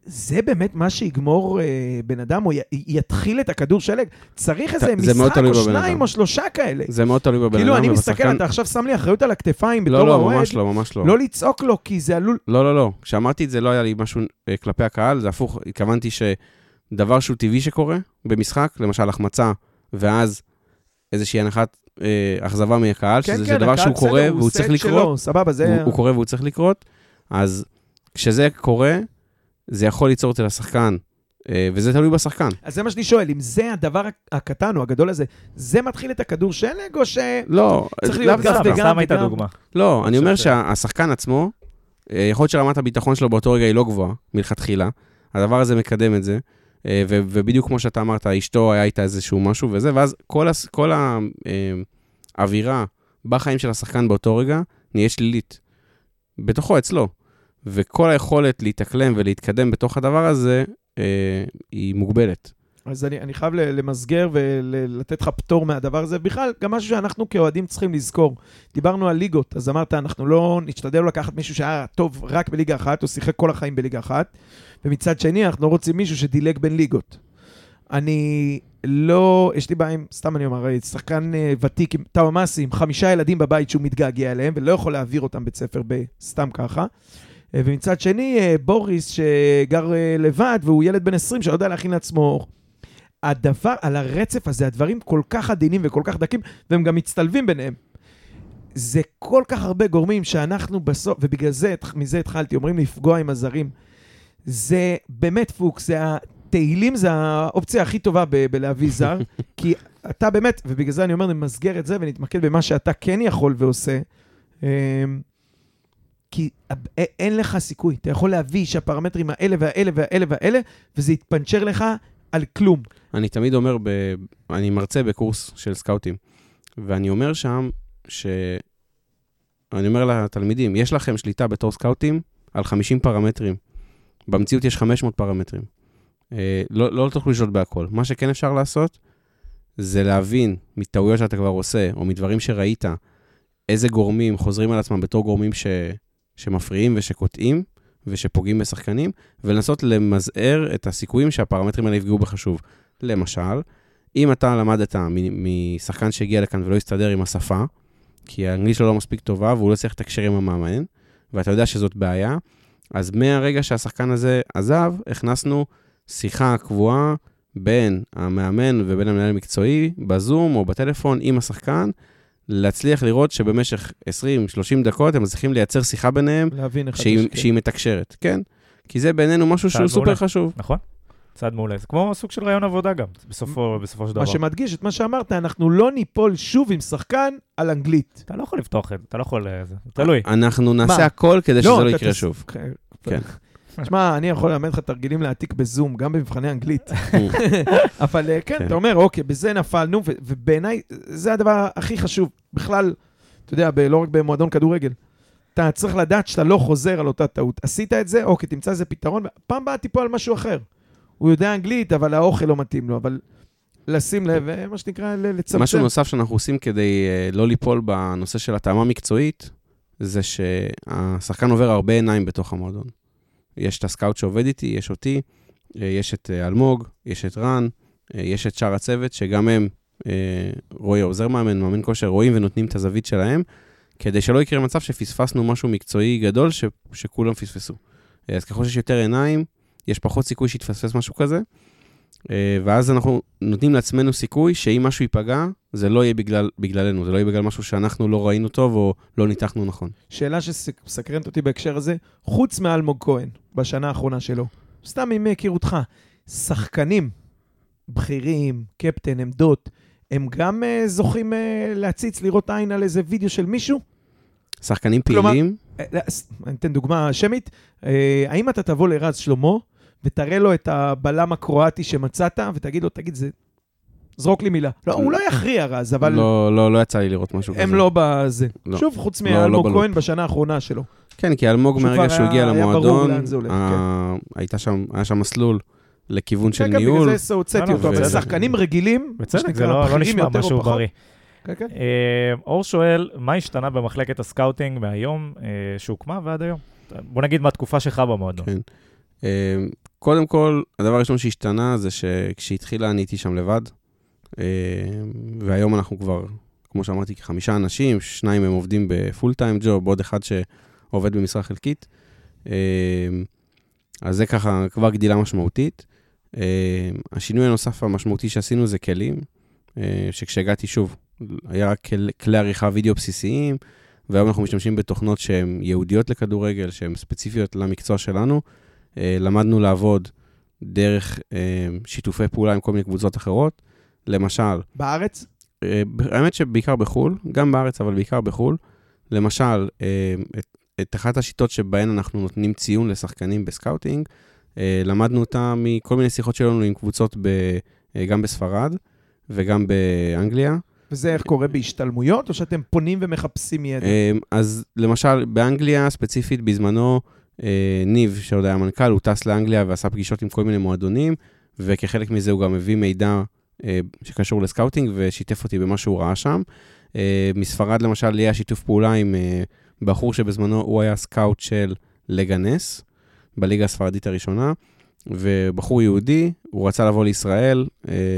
[SPEAKER 3] זה באמת מה שיגמור אה, בן אדם, או י, יתחיל את הכדור שלג. צריך איזה
[SPEAKER 2] זה מאוד
[SPEAKER 3] משחק
[SPEAKER 2] תלוי
[SPEAKER 3] או
[SPEAKER 2] בבן
[SPEAKER 3] שניים
[SPEAKER 2] אדם.
[SPEAKER 3] או שלושה כאלה.
[SPEAKER 2] זה מאוד תלוי בבן אדם.
[SPEAKER 3] כאילו, אני
[SPEAKER 2] ובשחקן-
[SPEAKER 3] מסתכל, אתה עכשיו שם לי אחריות על הכתפיים בתור
[SPEAKER 2] לא, לא,
[SPEAKER 3] האוהד,
[SPEAKER 2] ממש לא, ממש לא.
[SPEAKER 3] לא לצעוק לו, כי זה עלול...
[SPEAKER 2] לא, לא, לא. כשאמרתי את זה, לא היה לי משהו אה, כלפי הקהל, זה הפוך. התכוונתי שדבר שהוא טבעי שקורה במשחק, למשל החמצה, ואז איזושהי הנחת אה, אכזבה מהקהל,
[SPEAKER 3] כן,
[SPEAKER 2] שזה
[SPEAKER 3] כן,
[SPEAKER 2] זה דבר
[SPEAKER 3] הקהל
[SPEAKER 2] שהוא
[SPEAKER 3] בסדר,
[SPEAKER 2] קורה
[SPEAKER 3] הוא
[SPEAKER 2] והוא
[SPEAKER 3] עושה
[SPEAKER 2] צריך
[SPEAKER 3] את
[SPEAKER 2] לקרות.
[SPEAKER 3] שלו, סבבה, זה...
[SPEAKER 2] הוא, הוא קורה והוא צריך לקרות, אז כשזה קורה, זה יכול ליצור אצל השחקן, אה, וזה תלוי בשחקן.
[SPEAKER 3] אז זה מה שאני שואל, אם זה הדבר הקטן או הגדול הזה, זה מתחיל את הכדור שלג, או ש...
[SPEAKER 2] לא,
[SPEAKER 3] צריך
[SPEAKER 2] לאו
[SPEAKER 3] להיות
[SPEAKER 2] דווקא.
[SPEAKER 3] גם
[SPEAKER 1] סתם,
[SPEAKER 3] וגם
[SPEAKER 1] סתם הייתה
[SPEAKER 3] וגם.
[SPEAKER 1] דוגמה.
[SPEAKER 2] לא, אני
[SPEAKER 1] חושב
[SPEAKER 2] אומר
[SPEAKER 1] ש-
[SPEAKER 2] שהשחקן עצמו, אה, יכול להיות שרמת הביטחון שלו באותו רגע היא לא גבוהה, מלכתחילה. הדבר הזה מקדם את זה, אה, ו- ובדיוק כמו שאתה אמרת, אשתו היה איתה איזשהו משהו וזה, ואז כל, הס- כל האווירה בחיים של השחקן באותו רגע נהיה שלילית. בתוכו, אצלו. וכל היכולת להתאקלם ולהתקדם בתוך הדבר הזה, אה, היא מוגבלת.
[SPEAKER 3] אז אני, אני חייב ל- למסגר ולתת לך פטור מהדבר הזה. בכלל, גם משהו שאנחנו כאוהדים צריכים לזכור. דיברנו על ליגות, אז אמרת, אנחנו לא נשתדל לקחת מישהו שהיה טוב רק בליגה אחת, או שיחק כל החיים בליגה אחת, ומצד שני, אנחנו לא רוצים מישהו שדילג בין ליגות. אני לא, יש לי בעיה עם, סתם אני אומר, שחקן אה, ותיק עם טאומאסי, עם חמישה ילדים בבית שהוא מתגעגע אליהם, ולא יכול להעביר אותם בית ספר בסתם ככה. אה, ומצד שני, אה, בוריס שגר אה, לבד, והוא ילד בן עשרים שלא יודע להכין לעצמו. הדבר, על הרצף הזה, הדברים כל כך עדינים וכל כך דקים, והם גם מצטלבים ביניהם. זה כל כך הרבה גורמים שאנחנו בסוף, ובגלל זה, מזה התחלתי, אומרים לפגוע עם הזרים. זה באמת פוקס, זה התהילים, זה האופציה הכי טובה ב- בלהביא זר, כי אתה באמת, ובגלל זה אני אומר, נמסגר את זה ונתמקד במה שאתה כן יכול ועושה, כי אין לך סיכוי. אתה יכול להביא שהפרמטרים האלה והאלה והאלה והאלה, וזה יתפנצ'ר לך על כלום.
[SPEAKER 2] אני תמיד אומר, ב... אני מרצה בקורס של סקאוטים, ואני אומר שם ש... אני אומר לתלמידים, יש לכם שליטה בתור סקאוטים על חמישים פרמטרים. במציאות יש חמש מאות פרמטרים. אה, לא, לא תוכלו לשלוט בהכל. מה שכן אפשר לעשות, זה להבין מטעויות שאתה כבר עושה, או מדברים שראית, איזה גורמים חוזרים על עצמם בתור גורמים ש... שמפריעים ושקוטעים, ושפוגעים בשחקנים, ולנסות למזער את הסיכויים שהפרמטרים האלה יפגעו בחשוב. למשל, אם אתה למדת משחקן שהגיע לכאן ולא יסתדר עם השפה, כי האנגלית שלו לא מספיק טובה, והוא לא צריך לתקשר עם המאמן, ואתה יודע שזאת בעיה, אז מהרגע שהשחקן הזה עזב, הכנסנו שיחה קבועה בין המאמן ובין המנהל המקצועי, בזום או בטלפון עם השחקן, להצליח לראות שבמשך עשרים שלושים דקות הם מצליחים לייצר שיחה ביניהם,
[SPEAKER 3] להבין איך
[SPEAKER 2] שהיא, שהיא מתקשרת, כן? כי זה בינינו משהו שהוא סופר חשוב.
[SPEAKER 1] נכון, צעד מעולה. זה כמו סוג של רעיון עבודה גם, בסופו, בסופו של דבר.
[SPEAKER 3] מה שמדגיש את מה שאמרת, אנחנו לא ניפול שוב עם שחקן על אנגלית.
[SPEAKER 1] אתה לא יכול לפתוח את זה, אתה לא יכול... זה תלוי.
[SPEAKER 2] אנחנו נעשה הכל כדי שזה לא יקרה שוב.
[SPEAKER 3] כן. תשמע, אני יכול ללמד לך תרגילים להעתיק בזום, גם במבחני אנגלית. אבל כן, אתה אומר, אוקיי, בזה נפלנו, ובעיניי זה הדבר הכי חשוב. בכלל, אתה יודע, לא רק במועדון כדורגל. אתה צריך לדעת שאתה לא חוזר על אותה טעות. עשית את זה, אוקיי, תמצא איזה פתרון, פעם באה טיפול על משהו אחר. הוא יודע אנגלית, אבל האוכל לא מתאים לו, אבל לשים לב, מה שנקרא, לצמצם.
[SPEAKER 2] משהו נוסף שאנחנו עושים כדי לא ליפול בנושא של התאמה מקצועית, זה שהשחקן עובר הרבה עיניים בתוך המועדון. יש את הסקאוט שעובד איתי, יש אותי, יש את אלמוג, יש את רן, יש את שאר הצוות, שגם הם, רואי עוזר מאמן, מאמן כושר, רואים ונותנים את הזווית שלהם, כדי שלא יקרה מצב שפספסנו משהו מקצועי גדול, ש, שכולם פספסו. אז ככל שיש יותר עיניים, יש פחות סיכוי שיתפספס משהו כזה, ואז אנחנו נותנים לעצמנו סיכוי שאם משהו ייפגע, זה לא יהיה בגלל, בגללנו, זה לא יהיה בגלל משהו שאנחנו לא ראינו טוב או לא ניתחנו נכון.
[SPEAKER 3] שאלה שסקרנת אותי בהקשר הזה, חוץ מאלמוג כהן, בשנה האחרונה שלו, סתם עם היכרותך, שחקנים, בכירים, קפטן, עמדות, הם גם uh, זוכים uh, להציץ, לראות עין על איזה וידאו של מישהו?
[SPEAKER 2] שחקנים פעילים?
[SPEAKER 3] כלומר, אני אתן דוגמה שמית, uh, האם אתה תבוא לרז שלמה, ותראה לו את הבלם הקרואטי שמצאת, ותגיד לו, תגיד, זה... זרוק לי מילה. לא, הוא לא יכריע רז, אבל...
[SPEAKER 2] לא, לא, לא יצא לי לראות משהו כזה.
[SPEAKER 3] הם לא בזה.
[SPEAKER 2] לא.
[SPEAKER 3] שוב, חוץ
[SPEAKER 2] לא,
[SPEAKER 3] מאלמוג
[SPEAKER 2] לא
[SPEAKER 3] כהן בשנה האחרונה שלו.
[SPEAKER 2] כן, כי אלמוג מרגע שהוא הגיע למועדון, הייתה שם, היה שם מסלול לכיוון של ניהול.
[SPEAKER 3] בגלל זה הוצאתי אותו, אבל שחקנים רגילים,
[SPEAKER 1] בצדק, זה לא נשמע משהו בריא. אור שואל, מה השתנה במחלקת הסקאוטינג מהיום שהוקמה ועד היום? בוא נגיד מהתקופה שלך במועדון.
[SPEAKER 2] כן. קודם כל, הדבר הראשון שהשתנה זה שכשהתחילה אני הייתי שם לבד, והיום אנחנו כבר, כמו שאמרתי, כחמישה אנשים, שניים הם עובדים בפול טיים ג'וב, עוד אחד שעובד במשרה חלקית. אז זה ככה כבר גדילה משמעותית. השינוי הנוסף המשמעותי שעשינו זה כלים, שכשהגעתי שוב, היה רק כלי עריכה וידאו בסיסיים, והיום אנחנו משתמשים בתוכנות שהן יהודיות לכדורגל, שהן ספציפיות למקצוע שלנו. למדנו לעבוד דרך שיתופי פעולה עם כל מיני קבוצות אחרות. למשל...
[SPEAKER 3] בארץ?
[SPEAKER 2] האמת שבעיקר בחול, גם בארץ, אבל בעיקר בחול. למשל, את, את אחת השיטות שבהן אנחנו נותנים ציון לשחקנים בסקאוטינג, למדנו אותה מכל מיני שיחות שלנו עם קבוצות ב, גם בספרד וגם באנגליה.
[SPEAKER 3] וזה איך קורה בהשתלמויות, או שאתם פונים ומחפשים ידע?
[SPEAKER 2] אז למשל, באנגליה ספציפית בזמנו, ניב, שעוד היה מנכ"ל, הוא טס לאנגליה ועשה פגישות עם כל מיני מועדונים, וכחלק מזה הוא גם הביא מידע שקשור לסקאוטינג, ושיתף אותי במה שהוא ראה שם. מספרד למשל, לי היה שיתוף פעולה עם בחור שבזמנו הוא היה סקאוט של לגנס, בליגה הספרדית הראשונה, ובחור יהודי, הוא רצה לבוא לישראל,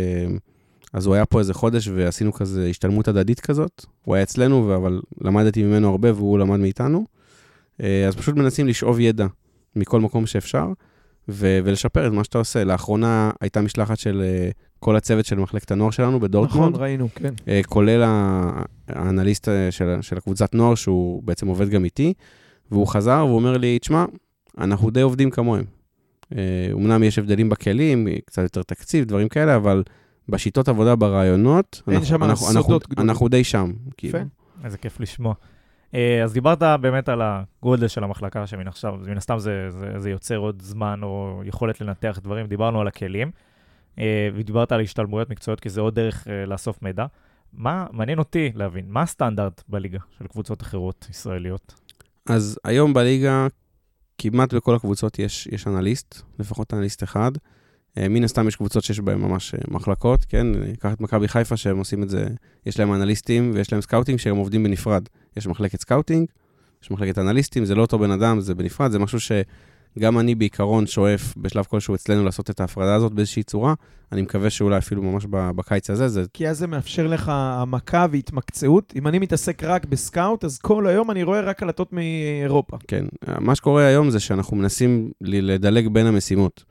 [SPEAKER 2] אז הוא היה פה איזה חודש, ועשינו כזה השתלמות הדדית כזאת. הוא היה אצלנו, אבל למדתי ממנו הרבה, והוא למד מאיתנו. אז פשוט מנסים לשאוב ידע מכל מקום שאפשר, ו- ולשפר את מה שאתה עושה. לאחרונה הייתה משלחת של כל הצוות של מחלקת הנוער שלנו בדורטמונד.
[SPEAKER 3] נכון, ראינו, כן.
[SPEAKER 2] כולל האנליסט של, של הקבוצת נוער, שהוא בעצם עובד גם איתי, והוא חזר והוא אומר לי, תשמע, אנחנו די עובדים כמוהם. אמנם יש הבדלים בכלים, קצת יותר תקציב, דברים כאלה, אבל בשיטות עבודה ברעיונות, אנחנו, אנחנו, אנחנו, אנחנו די שם. כאילו.
[SPEAKER 1] איזה כיף לשמוע. אז דיברת באמת על הגודל של המחלקה שמן עכשיו, מן הסתם זה, זה, זה יוצר עוד זמן או יכולת לנתח דברים, דיברנו על הכלים, ודיברת על השתלמויות מקצועיות, כי זה עוד דרך לאסוף מידע. מה, מעניין אותי להבין, מה הסטנדרט בליגה של קבוצות אחרות ישראליות?
[SPEAKER 2] אז היום בליגה, כמעט בכל הקבוצות יש, יש אנליסט, לפחות אנליסט אחד. מן הסתם יש קבוצות שיש בהן ממש מחלקות, כן? קח את מכבי חיפה שהם עושים את זה, יש להם אנליסטים ויש להם סקאוטינג שהם עובדים בנפרד. יש מחלקת סקאוטינג, יש מחלקת אנליסטים, זה לא אותו בן אדם, זה בנפרד, זה משהו שגם אני בעיקרון שואף בשלב כלשהו אצלנו לעשות את ההפרדה הזאת באיזושהי צורה. אני מקווה שאולי אפילו ממש בקיץ הזה. זה... כי
[SPEAKER 3] אז זה מאפשר לך העמקה והתמקצעות. אם אני מתעסק רק בסקאוט, אז כל היום אני רואה רק קלטות מאירופה.
[SPEAKER 2] כן, מה שקורה היום זה שאנחנו מנסים לדלג בין המשימות.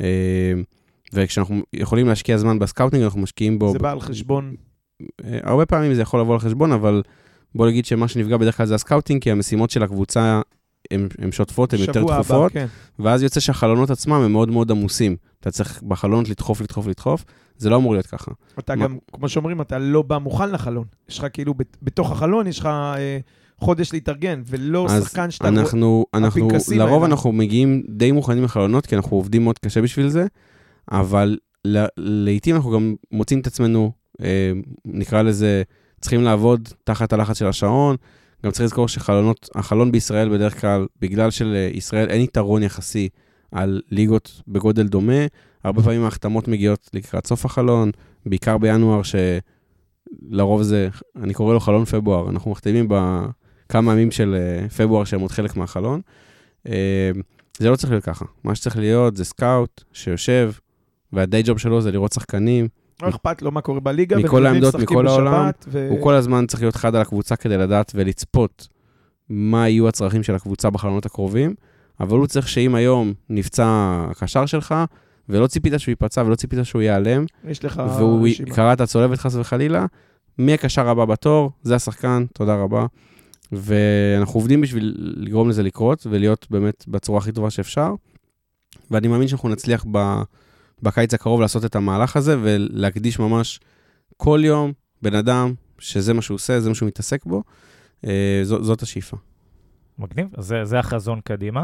[SPEAKER 2] וכשאנחנו יכולים להשקיע זמן בסקאוטינג, אנחנו משקיעים בו...
[SPEAKER 3] זה בא על חשבון?
[SPEAKER 2] הרבה פעמים זה יכול לבוא על חשבון, אבל בוא נגיד שמה שנפגע בדרך כלל זה הסקאוטינג, כי המשימות של הקבוצה הן שוטפות, הן יותר דחופות,
[SPEAKER 3] כן.
[SPEAKER 2] ואז יוצא שהחלונות עצמם הם מאוד מאוד עמוסים. אתה צריך בחלונות לדחוף, לדחוף, לדחוף, זה לא אמור להיות ככה.
[SPEAKER 3] אתה מה... גם, כמו שאומרים, אתה לא בא מוכן לחלון. יש לך כאילו, בתוך החלון יש לך אה, חודש להתארגן, ולא שחקן שאתה...
[SPEAKER 2] אנחנו, אנחנו, לרוב האלה. אנחנו מגיעים די מוכנים לחלונות, כי אנחנו עובדים מאוד קשה בשביל זה, אבל לעתים אנחנו גם מוצאים את עצמנו, אה, נקרא לזה, צריכים לעבוד תחת הלחץ של השעון, גם צריך לזכור שחלונות, החלון בישראל בדרך כלל, בגלל שלישראל אין יתרון יחסי על ליגות בגודל דומה, הרבה פעמים ההחתמות מגיעות לקראת סוף החלון, בעיקר בינואר שלרוב זה, אני קורא לו חלון פברואר, אנחנו מחתימים בכמה ימים של פברואר שהם עוד חלק מהחלון. זה לא צריך להיות ככה, מה שצריך להיות זה סקאוט שיושב, והדיי ג'וב שלו זה לראות שחקנים,
[SPEAKER 3] לא אכפת לו מה קורה בליגה,
[SPEAKER 2] מכל העמדות, מכל העולם, ו... הוא כל הזמן צריך להיות חד על הקבוצה כדי לדעת ולצפות מה יהיו הצרכים של הקבוצה בחלונות הקרובים, אבל הוא צריך שאם היום נפצע הקשר שלך, ולא ציפית שהוא ייפצע ולא ציפית שהוא ייעלם, והוא רשימה. קרא את הצולבת חס וחלילה, מי הקשר הבא בתור, זה השחקן, תודה רבה, ואנחנו עובדים בשביל לגרום לזה לקרות, ולהיות באמת בצורה הכי טובה שאפשר, ואני מאמין שאנחנו נצליח ב... בקיץ הקרוב לעשות את המהלך הזה, ולהקדיש ממש כל יום בן אדם, שזה מה שהוא עושה, זה מה שהוא מתעסק בו, ז, זאת השאיפה.
[SPEAKER 1] מגניב, אז זה, זה החזון קדימה.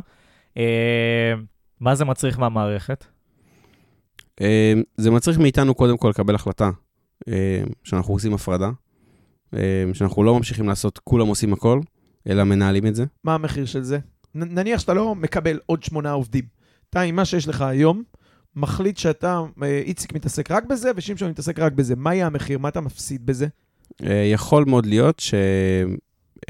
[SPEAKER 1] מה זה מצריך מהמערכת?
[SPEAKER 2] זה מצריך מאיתנו קודם כל לקבל החלטה, שאנחנו עושים הפרדה, שאנחנו לא ממשיכים לעשות, כולם עושים הכל, אלא מנהלים את זה.
[SPEAKER 3] מה המחיר של זה? נניח שאתה לא מקבל עוד שמונה עובדים. אתה עם מה שיש לך היום, מחליט שאתה, איציק מתעסק רק בזה, ושמשון מתעסק רק בזה. מה יהיה המחיר? מה אתה מפסיד בזה?
[SPEAKER 2] יכול מאוד להיות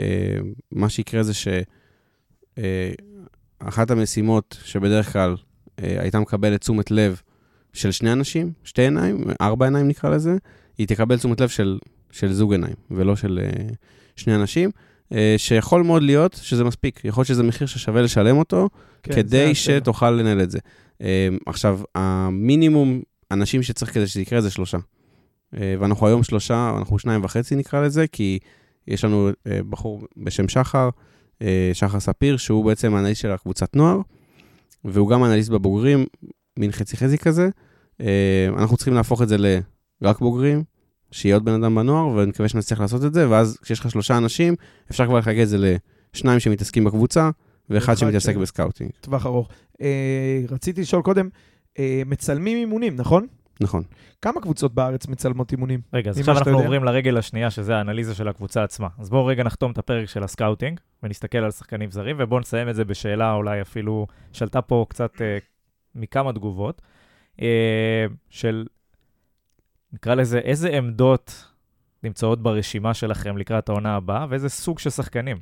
[SPEAKER 2] שמה שיקרה זה שאחת המשימות שבדרך כלל הייתה מקבלת תשומת לב של שני אנשים, שתי עיניים, ארבע עיניים נקרא לזה, היא תקבל תשומת לב של, של זוג עיניים, ולא של uh, שני אנשים, uh, שיכול מאוד להיות שזה מספיק, יכול להיות שזה מחיר ששווה לשלם אותו, כן, כדי שתוכל לנהל את זה. Uh, עכשיו, המינימום אנשים שצריך כדי שזה יקרה זה שלושה. Uh, ואנחנו היום שלושה, אנחנו שניים וחצי נקרא לזה, כי יש לנו uh, בחור בשם שחר, uh, שחר ספיר, שהוא בעצם האנליסט של הקבוצת נוער, והוא גם אנליסט בבוגרים, מין חצי חצי כזה. Uh, אנחנו צריכים להפוך את זה לרק בוגרים, שיהיה עוד בן אדם בנוער, ואני מקווה שנצליח לעשות את זה, ואז כשיש לך שלושה אנשים, אפשר כבר לחלק את זה לשניים שמתעסקים בקבוצה, ואחד שמתעסק בסקאוטינג.
[SPEAKER 3] טווח ארוך. אה, רציתי לשאול קודם, אה, מצלמים אימונים, נכון?
[SPEAKER 2] נכון.
[SPEAKER 3] כמה קבוצות בארץ מצלמות אימונים?
[SPEAKER 1] רגע, אז עכשיו אנחנו עוברים לרגל השנייה, שזה האנליזה של הקבוצה עצמה. אז בואו רגע נחתום את הפרק של הסקאוטינג, ונסתכל על שחקנים זרים, ובואו נסיים את זה בשאלה, אולי אפילו, שלטה פה קצת אה, מכמה תגובות, אה, של, נקרא לזה, איזה עמדות נמצאות ברשימה שלכם לקראת העונה הבאה, ואיזה סוג של שחקנים?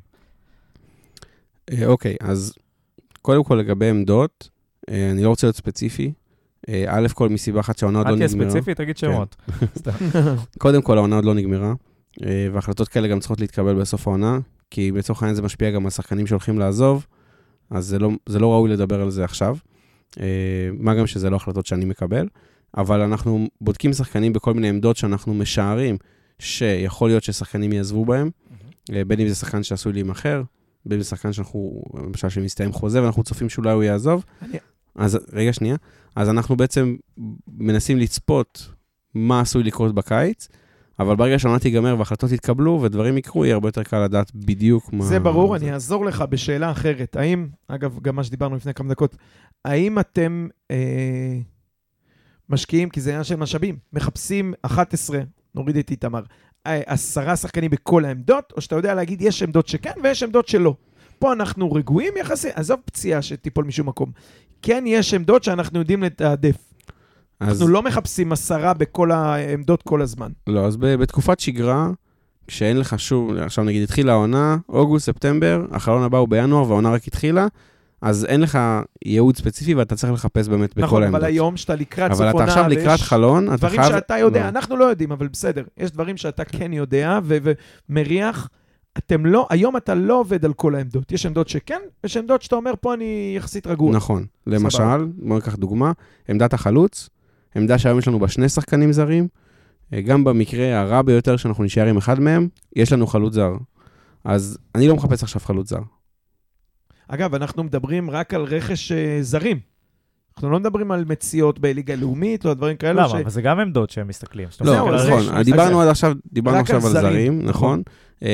[SPEAKER 2] אה, אוקיי, אז קודם כל לגבי עמדות, אה, אני לא רוצה להיות ספציפי, א' כל מסיבה אחת שהעונה עוד לא נגמרה.
[SPEAKER 1] אל תהיה ספציפי, תגיד שמות.
[SPEAKER 2] קודם כל העונה עוד לא נגמרה, והחלטות כאלה גם צריכות להתקבל בסוף העונה, כי בצורך העניין זה משפיע גם על שחקנים שהולכים לעזוב, אז זה לא, זה לא ראוי לדבר על זה עכשיו, מה גם שזה לא החלטות שאני מקבל, אבל אנחנו בודקים שחקנים בכל מיני עמדות שאנחנו משערים שיכול להיות ששחקנים יעזבו בהם, בין אם זה שחקן שעשוי להימחר, בין אם זה שחקן שאנחנו, למשל שמסתיים חוזה, ואנחנו צופים שאולי הוא יעזוב. אז רגע שנייה, אז אנחנו בעצם מנסים לצפות מה עשוי לקרות בקיץ, אבל ברגע שהעונה תיגמר והחלטות יתקבלו ודברים יקרו, יהיה הרבה יותר קל לדעת בדיוק מה...
[SPEAKER 3] זה ברור, אני אעזור לך בשאלה אחרת. האם, אגב, גם מה שדיברנו לפני כמה דקות, האם אתם אה, משקיעים, כי זה עניין של משאבים, מחפשים אחת עשרה, נוריד את איתמר, עשרה שחקנים בכל העמדות, או שאתה יודע להגיד, יש עמדות שכן ויש עמדות שלא. פה אנחנו רגועים יחסי, עזוב פציעה שתיפול משום מקום. כן, יש עמדות שאנחנו יודעים לתעדף. אז... אנחנו לא מחפשים עשרה בכל העמדות כל הזמן.
[SPEAKER 2] לא, אז בתקופת שגרה, כשאין לך שוב, עכשיו נגיד התחילה העונה, אוגוסט, ספטמבר, החלון הבא הוא בינואר, והעונה רק התחילה, אז אין לך ייעוד ספציפי, ואתה צריך לחפש באמת בכל
[SPEAKER 3] נכון,
[SPEAKER 2] העמדות.
[SPEAKER 3] אבל היום שאתה לקראת סוף עונה,
[SPEAKER 2] אבל אתה עכשיו לקראת חלון, אתה
[SPEAKER 3] דברים
[SPEAKER 2] חייב...
[SPEAKER 3] שאתה יודע,
[SPEAKER 2] לא.
[SPEAKER 3] אנחנו לא יודעים, אבל בסדר. יש דברים שאתה כן יודע, ו- ומריח, אתם לא, היום אתה לא עובד על כל העמדות. יש עמדות שכן, יש עמדות שאתה אומר, פה אני יחסית רגוע.
[SPEAKER 2] נכון. למשל, בוא ניקח דוגמה, עמדת החלוץ, עמדה שהיום יש לנו בה שני שחקנים זרים, גם במקרה הרע ביותר שאנחנו נשאר עם אחד מהם, יש לנו חלוץ זר. אז אני לא מחפש עכשיו חלוץ זר.
[SPEAKER 3] אגב, אנחנו מדברים רק על רכש זרים. אנחנו לא מדברים על מציאות בליגה לאומית, או דברים כאלה.
[SPEAKER 1] למה? אבל זה גם עמדות שהם מסתכלים.
[SPEAKER 2] לא, נכון. דיברנו עד עכשיו, דיברנו עכשיו על זרים, נכון.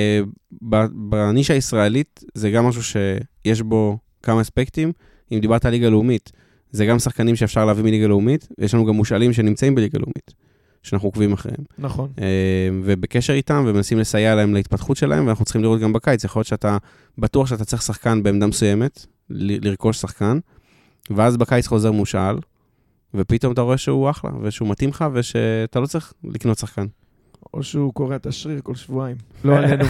[SPEAKER 2] בנישה הישראלית זה גם משהו שיש בו כמה אספקטים. אם דיברת על ליגה לאומית, זה גם שחקנים שאפשר להביא מליגה לאומית, יש לנו גם מושאלים שנמצאים בליגה לאומית, שאנחנו עוקבים אחריהם.
[SPEAKER 3] נכון.
[SPEAKER 2] ובקשר איתם, ומנסים לסייע להם להתפתחות שלהם, ואנחנו צריכים לראות גם בקיץ, יכול להיות שאתה בטוח שאתה צריך שחקן בעמדה מסוימת, לרכוש שחקן, ואז בקיץ חוזר מושאל, ופתאום אתה רואה שהוא אחלה, ושהוא מתאים לך, ושאתה לא צריך לקנות שחקן.
[SPEAKER 3] או שהוא קורא את השריר כל שבועיים. לא עלינו.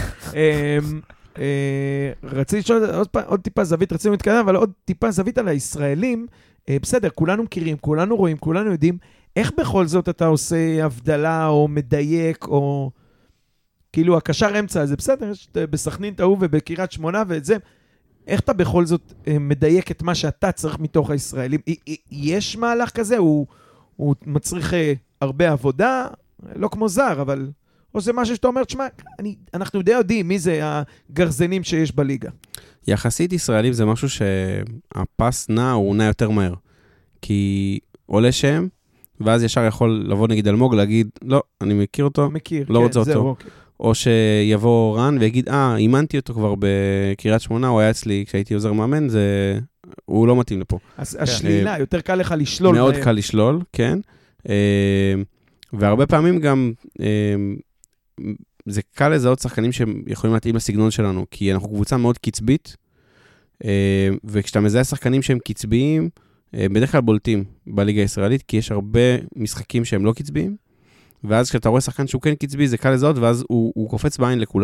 [SPEAKER 3] רציתי לשאול עוד טיפה זווית, רצינו להתקדם, אבל עוד טיפה זווית על הישראלים. בסדר, כולנו מכירים, כולנו רואים, כולנו יודעים, איך בכל זאת אתה עושה הבדלה או מדייק, או כאילו הקשר אמצע, זה בסדר, יש בסכנין טעו ובקירת שמונה ואת זה, איך אתה בכל זאת מדייק את מה שאתה צריך מתוך הישראלים? יש מהלך כזה? הוא, הוא מצריך הרבה עבודה, לא כמו זר, אבל... או זה משהו שאתה אומר, תשמע, אני, אנחנו די יודעים מי זה הגרזנים שיש בליגה.
[SPEAKER 2] יחסית ישראלים זה משהו שהפס נע, הוא נע יותר מהר. כי עולה שם, ואז ישר יכול לבוא נגיד אלמוג, להגיד, לא, אני מכיר אותו,
[SPEAKER 3] מכיר,
[SPEAKER 2] לא
[SPEAKER 3] כן,
[SPEAKER 2] רוצה אותו.
[SPEAKER 3] אוקיי.
[SPEAKER 2] או שיבוא רן ויגיד, אה, אימנתי אותו כבר בקריית שמונה, הוא היה אצלי כשהייתי עוזר מאמן, זה... הוא לא מתאים לפה.
[SPEAKER 3] אז כן. השלילה, אה, יותר קל לך לשלול.
[SPEAKER 2] מאוד ב... קל לשלול, כן. אה, והרבה פעמים גם... אה, זה קל לזהות שחקנים שיכולים להתאים לסגנון שלנו, כי אנחנו קבוצה מאוד קצבית, וכשאתה מזהה שחקנים שהם קצביים, בדרך כלל בולטים בליגה הישראלית, כי יש הרבה משחקים שהם לא קצביים, ואז כשאתה רואה שחקן שהוא כן קצבי, זה קל לזהות, ואז הוא, הוא קופץ בעין לכולם.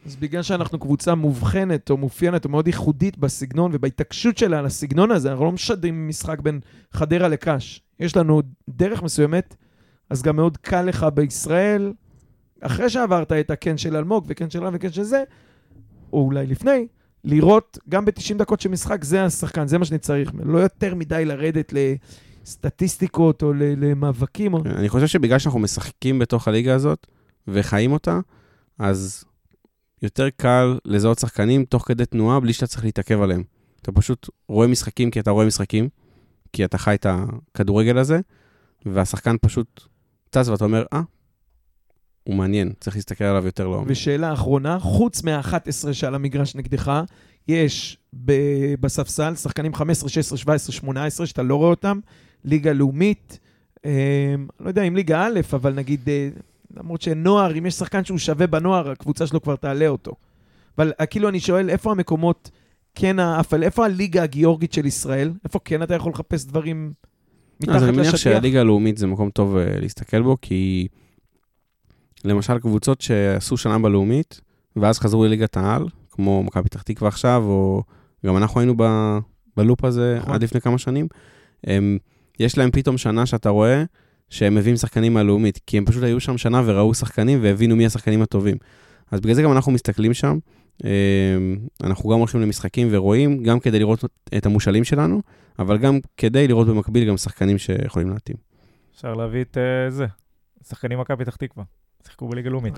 [SPEAKER 3] אז בגלל שאנחנו קבוצה מובחנת או מופיינת או מאוד ייחודית בסגנון ובהתעקשות שלה על הסגנון הזה, אנחנו לא משדרים משחק בין חדרה לקש. יש לנו דרך מסוימת, אז גם מאוד קל לך בישראל, אחרי שעברת את הכן של אלמוג וכן של אלמוג וכן של זה, או אולי לפני, לראות גם ב-תשעים דקות של משחק, זה השחקן, זה מה שאני צריך. לא יותר מדי לרדת לסטטיסטיקות או למאבקים.
[SPEAKER 2] אני חושב שבגלל שאנחנו משחקים בתוך הליגה הזאת וחיים אותה, אז יותר קל לזהות שחקנים תוך כדי תנועה, בלי שאתה צריך להתעכב עליהם. אתה פשוט רואה משחקים כי אתה רואה משחקים, כי אתה חי את הכדורגל הזה, והשחקן פשוט צץ ואתה אומר, אה, הוא מעניין, צריך להסתכל עליו יותר לעומק.
[SPEAKER 1] ושאלה אחרונה, חוץ מה-אחת עשרה שעל המגרש נגדך, יש ב- בספסל שחקנים חמש עשרה, שש עשרה, שבע עשרה, שמונה עשרה, שאתה לא רואה אותם, ליגה לאומית, אה, לא יודע אם ליגה א', אבל נגיד, אה, למרות שנוער, אם יש שחקן שהוא שווה בנוער, הקבוצה שלו כבר תעלה אותו. אבל כאילו אני שואל, איפה המקומות, כן, איפה הליגה הגיאורגית של ישראל? איפה כן אתה יכול לחפש דברים מתחת לשטיח?
[SPEAKER 2] אז אני מניח שהליגה הלאומית זה מקום טוב להסתכל בו, כי למשל קבוצות שעשו שנה בלאומית, ואז חזרו לליגת העל, כמו מכבי פתח תקווה עכשיו, או גם אנחנו היינו ב- בלופ הזה עד לפני כמה שנים, הם, יש להם פתאום שנה שאתה רואה, שהם מביאים שחקנים מהלאומית, כי הם פשוט היו שם שנה וראו שחקנים והבינו מי השחקנים הטובים. אז בגלל זה גם אנחנו מסתכלים שם, אנחנו גם הולכים למשחקים ורואים, גם כדי לראות את המושלים שלנו, אבל גם כדי לראות במקביל גם שחקנים שיכולים להתאים.
[SPEAKER 1] אפשר להביא את זה, שחקנים מכבי פתח תקווה, שיחקו בליגה לאומית.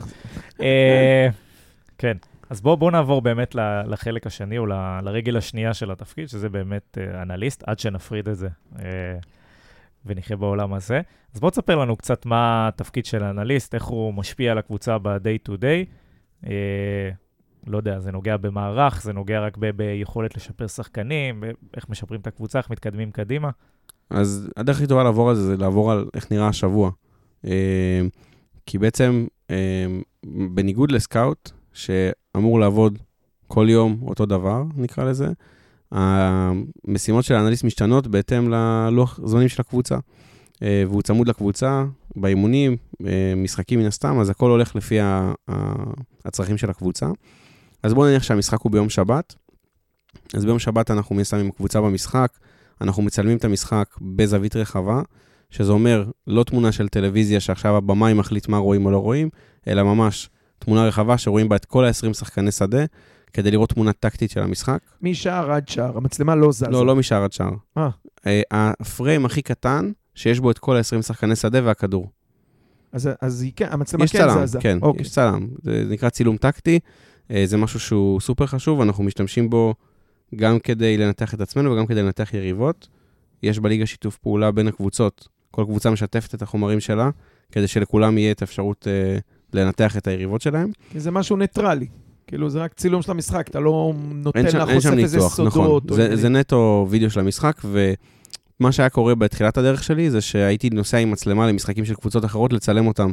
[SPEAKER 1] כן, אז בואו נעבור באמת לחלק השני, או לרגל השנייה של התפקיד, שזה באמת אנליסט, עד שנפריד את זה. ונחיה בעולם הזה. אז בוא תספר לנו קצת מה התפקיד של האנליסט, איך הוא משפיע על הקבוצה ב-day to day. אה, לא יודע, זה נוגע במערך, זה נוגע רק ב- ביכולת לשפר שחקנים, איך משפרים את הקבוצה, איך מתקדמים קדימה.
[SPEAKER 2] אז הדרך הכי טובה לעבור על זה, זה לעבור על איך נראה השבוע. אה, כי בעצם, אה, בניגוד לסקאוט, שאמור לעבוד כל יום אותו דבר, נקרא לזה, המשימות של האנליסט משתנות בהתאם ללוח זמנים של הקבוצה, והוא צמוד לקבוצה, באימונים, משחקים מן הסתם, אז הכל הולך לפי הצרכים של הקבוצה. אז בואו נניח שהמשחק הוא ביום שבת, אז ביום שבת אנחנו מסתיים עם הקבוצה במשחק, אנחנו מצלמים את המשחק בזווית רחבה, שזה אומר לא תמונה של טלוויזיה שעכשיו הבמאי מחליט מה רואים או לא רואים, אלא ממש תמונה רחבה שרואים בה את כל ה-עשרים שחקני שדה, כדי לראות תמונה טקטית של המשחק.
[SPEAKER 3] משער עד שער, המצלמה לא זזה.
[SPEAKER 2] לא, לא משער עד שער.
[SPEAKER 3] אה.
[SPEAKER 2] הפריים הכי קטן, שיש בו את כל ה-עשרים שחקני שדה והכדור.
[SPEAKER 3] אז, אז היא, המצלמה
[SPEAKER 2] יש
[SPEAKER 3] כן
[SPEAKER 2] צלם,
[SPEAKER 3] זזה.
[SPEAKER 2] כן,
[SPEAKER 3] אוקיי.
[SPEAKER 2] יש צלם. זה נקרא צילום טקטי, זה משהו שהוא סופר חשוב, אנחנו משתמשים בו גם כדי לנתח את עצמנו וגם כדי לנתח יריבות. יש בליגה שיתוף פעולה בין הקבוצות, כל קבוצה משתפת את החומרים שלה, כדי שלכולם יהיה את האפשרות אה, לנתח את היריבות שלהם.
[SPEAKER 3] כי זה משהו ניטרלי. כאילו זה רק צילום של המשחק, אתה לא נותן
[SPEAKER 2] שם,
[SPEAKER 3] לחושף איזה
[SPEAKER 2] ניתוח,
[SPEAKER 3] סודות.
[SPEAKER 2] נכון.
[SPEAKER 3] או
[SPEAKER 2] זה, זה נטו וידאו של המשחק, ומה שהיה קורה בתחילת הדרך שלי, זה שהייתי נוסע עם מצלמה למשחקים של קבוצות אחרות, לצלם אותם.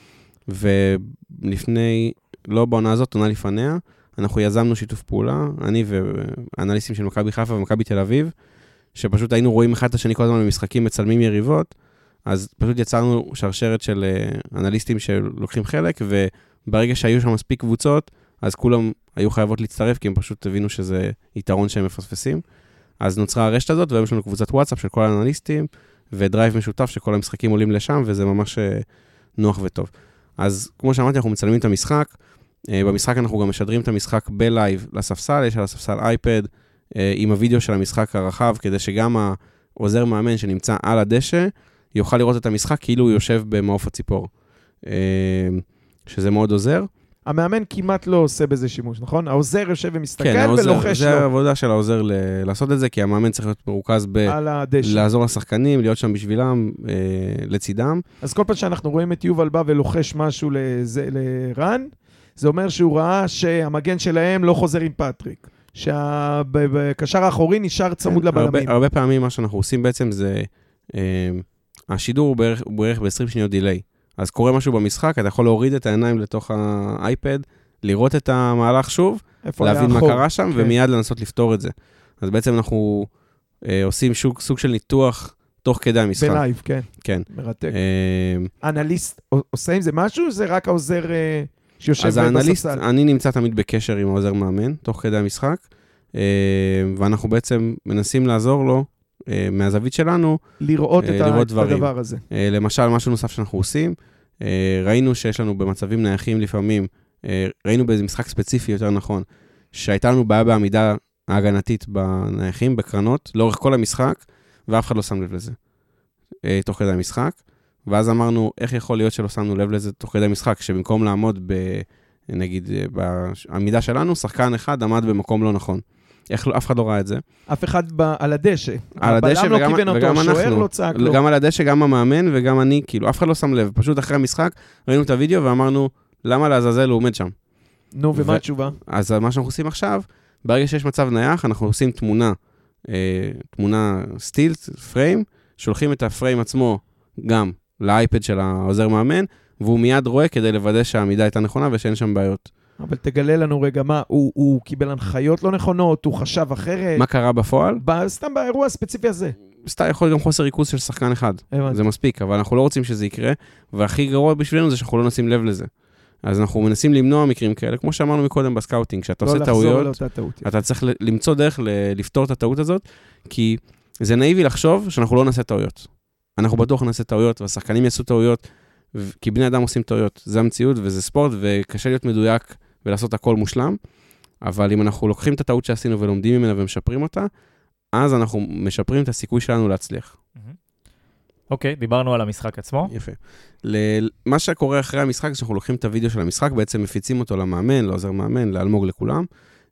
[SPEAKER 2] ולפני, לא בעונה הזאת, עונה לפניה, אנחנו יזמנו שיתוף פעולה, אני ואנליסטים של מכבי חיפה ומכבי תל אביב, שפשוט היינו רואים אחד את השני כל הזמן במשחקים, מצלמים יריבות, אז פשוט יצרנו שרשרת של אנליסטים שלוקחים חלק, וברגע שהיו שם מספיק קבוצות, אז כולם היו חייבות להצטרף, כי הם פשוט הבינו שזה יתרון שהם מפספסים. אז נוצרה הרשת הזאת, והיום יש לנו קבוצת וואטסאפ של כל האנליסטים, ודרייב משותף שכל המשחקים עולים לשם, וזה ממש נוח וטוב. אז כמו שאמרתי, אנחנו מצלמים את המשחק, במשחק אנחנו גם משדרים את המשחק בלייב לספסל, יש על הספסל אייפד, עם הוידאו של המשחק הרחב, כדי שגם העוזר מאמן שנמצא על הדשא, יוכל לראות את המשחק כאילו הוא יושב במעוף הציפור, שזה מאוד עוזר.
[SPEAKER 3] המאמן כמעט לא עושה בזה שימוש, נכון? העוזר יושב ומסתכל
[SPEAKER 2] כן, העוזר,
[SPEAKER 3] ולוחש לו.
[SPEAKER 2] זה העבודה של העוזר ל- לעשות את זה, כי המאמן צריך להיות מרוכז ב... לעזור לשחקנים, להיות שם בשבילם, אה, לצידם.
[SPEAKER 3] אז כל פעם שאנחנו רואים את יובל בא ולוחש משהו לזה, לרן, זה אומר שהוא ראה שהמגן שלהם לא חוזר עם פטריק. שהקשר האחורי נשאר צמוד לבלמים.
[SPEAKER 2] הרבה, הרבה פעמים מה שאנחנו עושים בעצם זה, אה, השידור הוא בערך, הוא בערך ב-עשרים שניות דיליי. אז קורה משהו במשחק, אתה יכול להוריד את העיניים לתוך האייפד, לראות את המהלך שוב, להבין מה קרה שם, כן. ומיד לנסות לפתור את זה. אז בעצם אנחנו אה, עושים שוק, סוג של ניתוח תוך כדי המשחק.
[SPEAKER 3] בלייב, כן.
[SPEAKER 2] כן.
[SPEAKER 3] מרתק. אה... אנליסט עושה עם זה משהו? זה רק העוזר... אה... שיושב
[SPEAKER 2] אז האנליסט,
[SPEAKER 3] בספסל.
[SPEAKER 2] אני נמצא תמיד בקשר עם העוזר מאמן, תוך כדי המשחק, ואנחנו בעצם מנסים לעזור לו, מהזווית שלנו,
[SPEAKER 3] לראות את
[SPEAKER 2] לראות
[SPEAKER 3] ה- את הדבר הזה.
[SPEAKER 2] למשל, משהו נוסף שאנחנו עושים, ראינו שיש לנו במצבים נייחים לפעמים, ראינו באיזה משחק ספציפי יותר נכון, שהייתה לנו בעיה בעמידה ההגנתית בנייחים, בקרנות, לאורך כל המשחק, ואף אחד לא שם לב לזה, תוך כדי המשחק. ואז אמרנו, איך יכול להיות שלא שמנו לב לזה תוך כדי המשחק, שבמקום לעמוד ב, נגיד, בעמידה שלנו, שחקן אחד עמד במקום לא נכון. איך אף אחד לא ראה את זה?
[SPEAKER 3] אף אחד ב, על הדשא.
[SPEAKER 2] על הדשא
[SPEAKER 3] הבלם לא
[SPEAKER 2] וגם,
[SPEAKER 3] כיוון אותו,
[SPEAKER 2] וגם
[SPEAKER 3] השוער
[SPEAKER 2] אנחנו.
[SPEAKER 3] לא צעק לו.
[SPEAKER 2] גם על הדשא, גם המאמן וגם אני, כאילו, אף אחד לא שם לב. פשוט אחרי המשחק, ראינו את הוידאו ואמרנו, למה לעזאזל הוא עומד שם?
[SPEAKER 3] נו, ומה
[SPEAKER 2] ו-
[SPEAKER 3] התשובה?
[SPEAKER 2] אז מה שאנחנו עושים עכשיו, ברגע שיש מצב נייח, אנחנו עושים תמונה, אה, תמונה סטילס, פריים, שולחים את הפריים עצמו גם לאייפד של העוזר מאמן, והוא מיד רואה כדי לוודא שהעמידה הייתה נכונה ושאין שם בעיות.
[SPEAKER 3] אבל תגלה לנו רגע מה, הוא, הוא קיבל הנחיות לא נכונות, הוא חשב אחרת.
[SPEAKER 2] מה קרה בפועל?
[SPEAKER 3] ב, סתם באירוע הספציפי הזה.
[SPEAKER 2] סתם יכול להיות גם חוסר ריכוז של שחקן אחד.
[SPEAKER 3] הבנתי.
[SPEAKER 2] זה מספיק, אבל אנחנו לא רוצים שזה יקרה, והכי גרוע בשבילנו זה שאנחנו לא נשים לב לזה. אז אנחנו מנסים למנוע מקרים כאלה, כמו שאמרנו מקודם בסקאוטינג, כשאתה
[SPEAKER 3] לא
[SPEAKER 2] עושה
[SPEAKER 3] לחזור
[SPEAKER 2] טעויות,
[SPEAKER 3] על אותה טעות.
[SPEAKER 2] אתה צריך למצוא דרך לפתור את הטעות הזאת, כי זה נאיבי לחשוב שאנחנו לא נעשה טעויות. אנחנו בטוח נעשה טעויות, והשחקנים יעשו טעויות, כי בני אדם עושים טעויות. זה המציאות וזה ספורט, וקשה להיות מדויק ולעשות הכל מושלם, אבל אם אנחנו לוקחים את הטעות שעשינו ולומדים ממנה ומשפרים אותה, אז אנחנו משפרים את הסיכוי שלנו להצליח.
[SPEAKER 1] אוקיי, דיברנו על המשחק עצמו.
[SPEAKER 2] יפה. מה שקורה אחרי המשחק, זה שאנחנו לוקחים את הוידאו של המשחק, בעצם מפיצים אותו למאמן, לעוזר מאמן, לאלמוג לכולם,